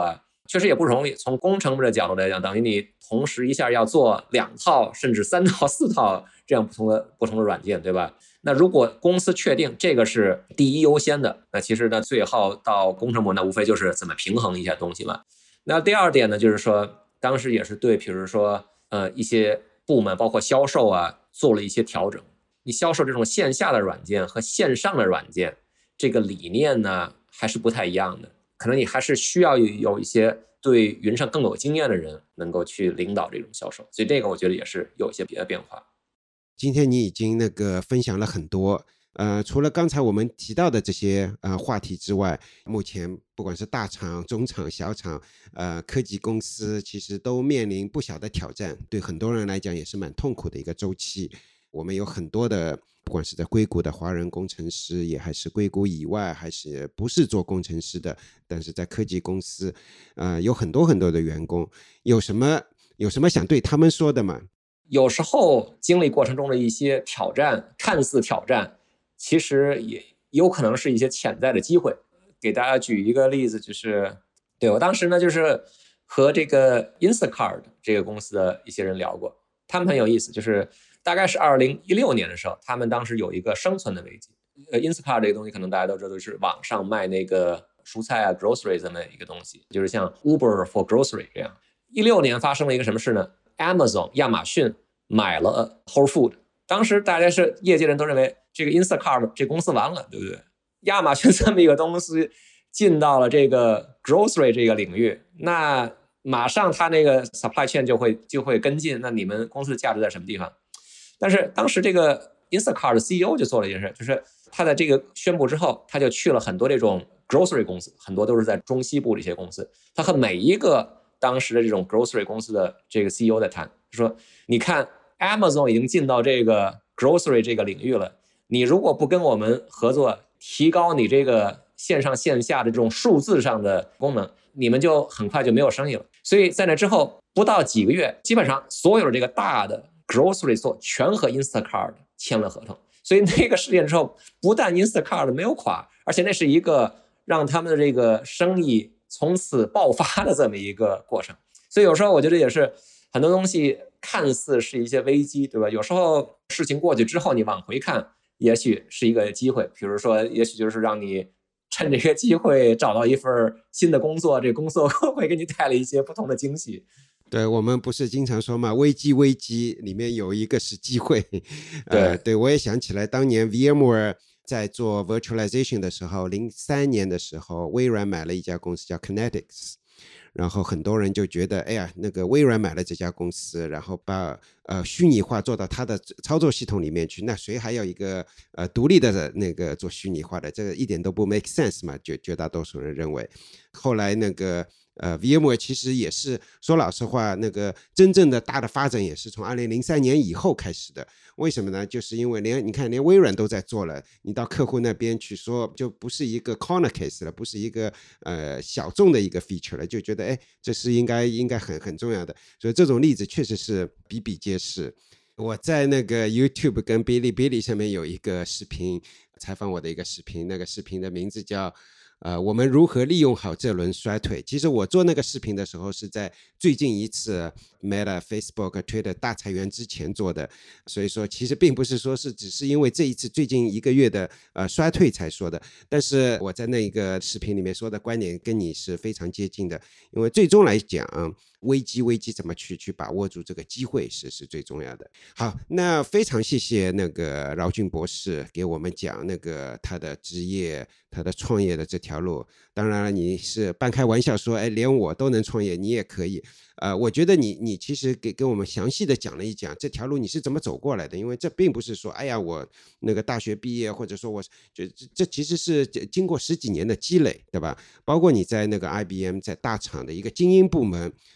确实也不容易。从工程部的角度来讲，等于你同时一下要做2套甚至3套4套这样不同的软件，对吧？那如果公司确定这个是第一优先的，那其实呢最后到工程部那无非就是怎么平衡一些东西嘛。那第二点呢，就是说当时也是对比如说一些部门包括销售啊做了一些调整。你销售这种线下的软件和线上的软件这个理念呢还是不太一样的，可能你还是需要有一些对云上更有经验的人能够去领导这种销售，所以这个我觉得也是有一些别的变化。 今天你已经分享了很多，除了刚才我们提到的这些话题之外，目前不管是大厂、中厂、小厂，科技公司其实都面临不小的挑战，对很多人来讲也是蛮痛苦的一个周期。我们有很多的，不管是在硅谷的华人工程师，也还是硅谷以外，还是不是做工程师的，但是在科技公司，有很多很多的员工，有什么想对他们说的吗？ 有时候经历过程中的一些挑战，看似挑战，其实也有可能是一些潜在的机会。给大家举一个例子，就是对我当时呢，就是和这个 Instacart 这个公司的一些人聊过，他们很有意思，就是大概是2016年的时候，他们当时有一个生存的危机。Instacart 这个东西可能大家都知道，就是网上卖那个蔬菜啊 grocery 这么一个东西，就是像 Uber for grocery 这样。16年发生了一个什么事呢？Amazon 亚马逊买了 Whole Food， 当时大家是业界人都认为这个 Instacart 这公司完了，对不对？亚马逊这么一个东西进到了这个 grocery 这个领域，那马上他那个 supply chain 就会跟进，那你们公司的价值在什么地方？但是当时这个 Instacart 的 CEO 就做了一件事，就是他在这个宣布之后，他就去了很多这种 grocery 公司，很多都是在中西部这些公司，他和每一个当时的这种 grocery 公司的这个 CEO 在谈，说你看 Amazon 已经进到这个 grocery 这个领域了，你如果不跟我们合作，提高你这个线上线下的这种数字上的功能，你们就很快就没有生意了。所以在那之后不到几个月，基本上所有的这个大的 grocery store 全和 Instacart 签了合同。所以那个事件之后，不但 Instacart 没有垮，而且那是一个让他们的这个生意从此爆发的这么一个过程。所以有时候我觉得也是很多东西看似是一些危机，对吧？有时候事情过去之后，你往回看，也许是一个机会。比如说，也许就是让你趁这个机会找到一份新的工作，这个工作会给你带来一些不同的惊喜。 对，我们不是经常说嘛，危机里面有一个是机会。对，我也想起来当年 VMware 在做 virtualization 的时候，03年的时候，微软买了一家公司叫 Kinetics， 然后很多人就觉得，哎呀，那个微软买了这家公司，然后把虚拟化做到它的操作系统里面去，那谁还要一个独立的那个做虚拟化的？这个一点都不 make sense 嘛，绝大多数人认为。后来那个VMware 其实也是说老实话，那个真正的大的发展也是从2003年以后开始的。为什么呢？就是因为你看连微软都在做了，你到客户那边去说，就不是一个 corner case 了，不是一个小众的一个 feature 了，就觉得哎，这是应该很重要的。所以这种例子确实是比比皆是。我在那个 YouTube 跟哔哩哔哩上面有一个视频，采访我的一个视频，那个视频的名字叫我们如何利用好这轮衰退。其实我做那个视频的时候是在最近一次 Meta、Facebook、Twitter 大裁员之前做的，所以说其实并不是说是只是因为这一次最近1个月的衰退才说的，但是我在那个视频里面说的观点跟你是非常接近的，因为最终来讲危机怎么去把握住这个机会是最重要的。好，那非常谢谢那个饶俊博士给我们讲那个他的职业他的创业的这条路。当然了，你是半开玩笑说，哎，连我都能创业，你也可以。我觉得你其实给我们详细的讲了一讲这条路你是怎么走过来的，因为这并不是说，哎呀，我那个大学毕业，或者说我这其实是经过10几年的积累，对吧？包括你在那个 IBM 在大厂的一个精英部门，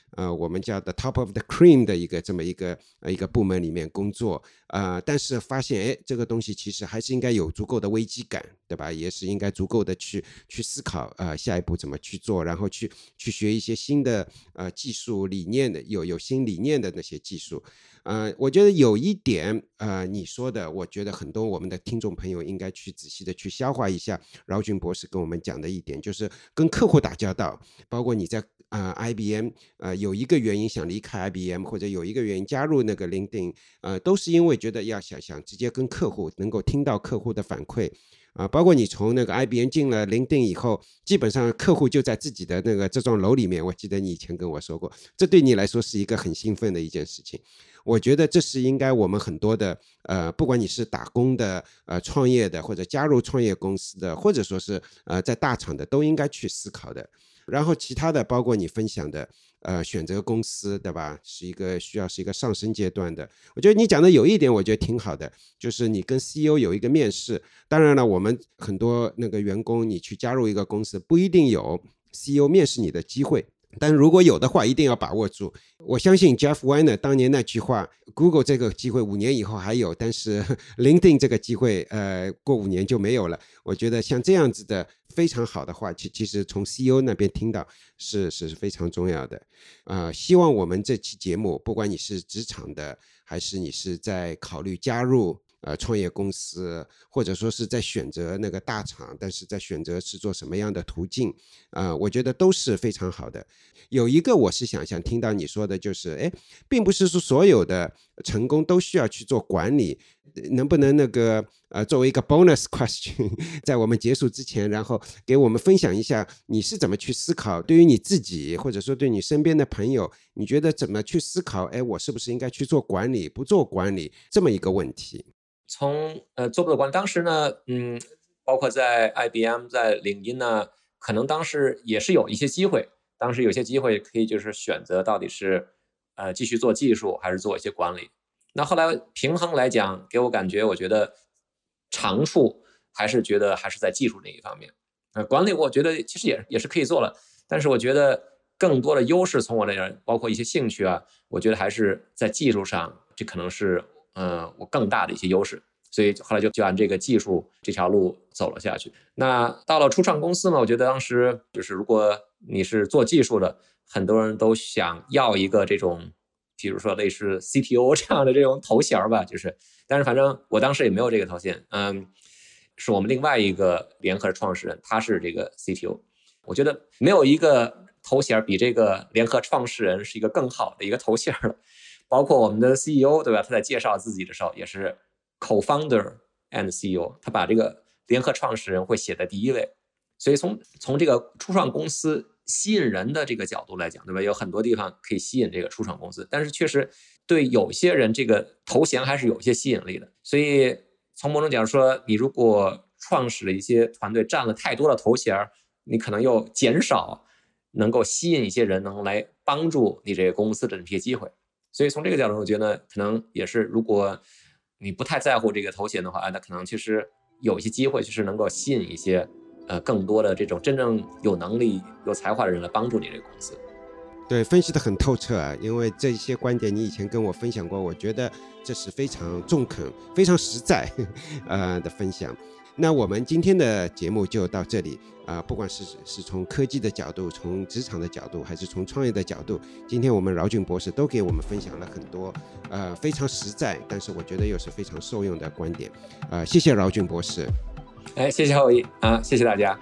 我们叫的 top of the cream 的这么一个部门里面工作，但是发现这个东西其实还是应该有足够的危机感，对吧？也是应该足够的去思考下一步怎么去做，然后去学一些新的技术理念的有新理念的那些技术。我觉得有一点你说的，我觉得很多我们的听众朋友应该去仔细的去消化一下饶军博士跟我们讲的一点，就是跟客户打交道，包括你在IBM 有一个原因想离开 IBM， 或者有一个原因加入那个 LinkedIn， 都是因为觉得要想直接跟客户能够听到客户的反馈。包括你从那个 IBM 进了 LinkedIn 以后，基本上客户就在自己的那个这幢楼里面，我记得你以前跟我说过，这对你来说是一个很兴奋的一件事情。我觉得这是应该我们很多的不管你是打工的创业的，或者加入创业公司的，或者说是在大厂的，都应该去思考的。然后其他的包括你分享的选择公司，对吧，是一个上升阶段的。我觉得你讲的有一点我觉得挺好的，就是你跟 CEO 有一个面试。当然了，我们很多那个员工你去加入一个公司不一定有 CEO 面试你的机会，但如果有的话一定要把握住。我相信 Jeff Weiner 当年那句话， Google 这个机会5年以后还有，但是 LinkedIn 这个机会过5年就没有了。我觉得像这样子的非常好的话，其实从 CEO 那边听到是非常重要的。希望我们这期节目，不管你是职场的，还是你是在考虑加入创业公司，或者说是在选择那个大厂，但是在选择是做什么样的途径，我觉得都是非常好的。有一个我是想听到你说的，就是并不是说所有的成功都需要去做管理，能不能那个作为一个 bonus question， 在我们结束之前，然后给我们分享一下你是怎么去思考，对于你自己或者说对你身边的朋友，你觉得怎么去思考我是不是应该去做管理不做管理这么一个问题。 从做不做管理，当时呢包括在 IBM 在领英呢，可能当时也是有一些机会，当时有些机会可以就是选择到底是继续做技术还是做一些管理。那后来平衡来讲，给我感觉我觉得长处还是在技术那一方面。管理我觉得其实也是可以做了，但是我觉得更多的优势从我这儿，包括一些兴趣啊，我觉得还是在技术上，这可能是我更大的一些优势。所以后来就按这个技术这条路走了下去。那到了初创公司呢，我觉得当时就是如果你是做技术的，很多人都想要一个这种比如说类似 CTO 这样的这种头衔吧，但是反正我当时也没有这个头衔，是我们另外一个联合创始人，他是这个 CTO。我觉得没有一个头衔比这个联合创始人是一个更好的一个头衔了。包括我们的 CEO， 对吧？他在介绍自己的时候也是 Co-founder and CEO， 他把这个联合创始人会写在第一位。所以从这个初创公司吸引人的这个角度来讲，对吧？有很多地方可以吸引这个初创公司，但是确实对有些人这个头衔还是有一些吸引力的。所以从某种角度说，你如果创始了一些团队占了太多的头衔，你可能又减少能够吸引一些人能来帮助你这个公司的这些机会。所以从这个角度，我觉得可能也是，如果你不太在乎这个头衔的话，那可能其实有一些机会，就是能够吸引一些更多的这种真正有能力、有才华的人来帮助你这个公司。 对，分析得很透彻啊，因为这些观点你以前跟我分享过，我觉得这是非常中肯、非常实在的分享。那我们今天的节目就到这里不管是从科技的角度，从职场的角度，还是从创业的角度，今天我们饶俊博士都给我们分享了很多非常实在，但是我觉得又是非常受用的观点谢谢饶俊博士。 谢谢浩一谢谢大家。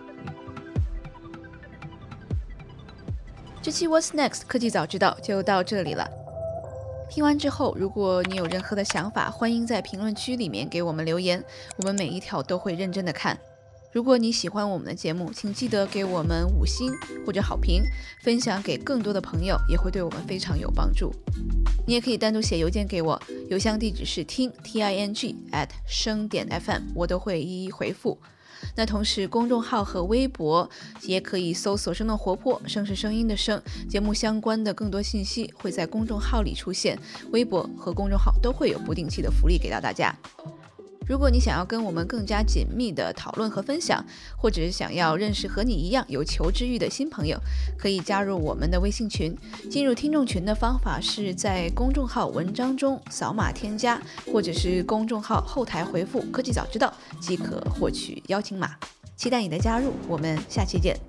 这期 What's Next 科技早知道就到这里了。听完之后，如果你有任何的想法，欢迎在评论区里面给我们留言，我们每一条都会认真的看。如果你喜欢我们的节目，请记得给我们5星或者好评，分享给更多的朋友，也会对我们非常有帮助。你也可以单独写邮件给我，邮箱地址是ting@声.fm， 我都会一一回复。那同时公众号和微博也可以搜索生动活泼，声是声音的声，节目相关的更多信息会在公众号里出现，微博和公众号都会有不定期的福利给到大家。 如果你想要跟我们更加紧密的讨论和分享，或者是想要认识和你一样有求知欲的新朋友，可以加入我们的微信群。进入听众群的方法是在公众号文章中扫码添加，或者是公众号后台回复科技早知道即可获取邀请码。期待你的加入，我们下期见。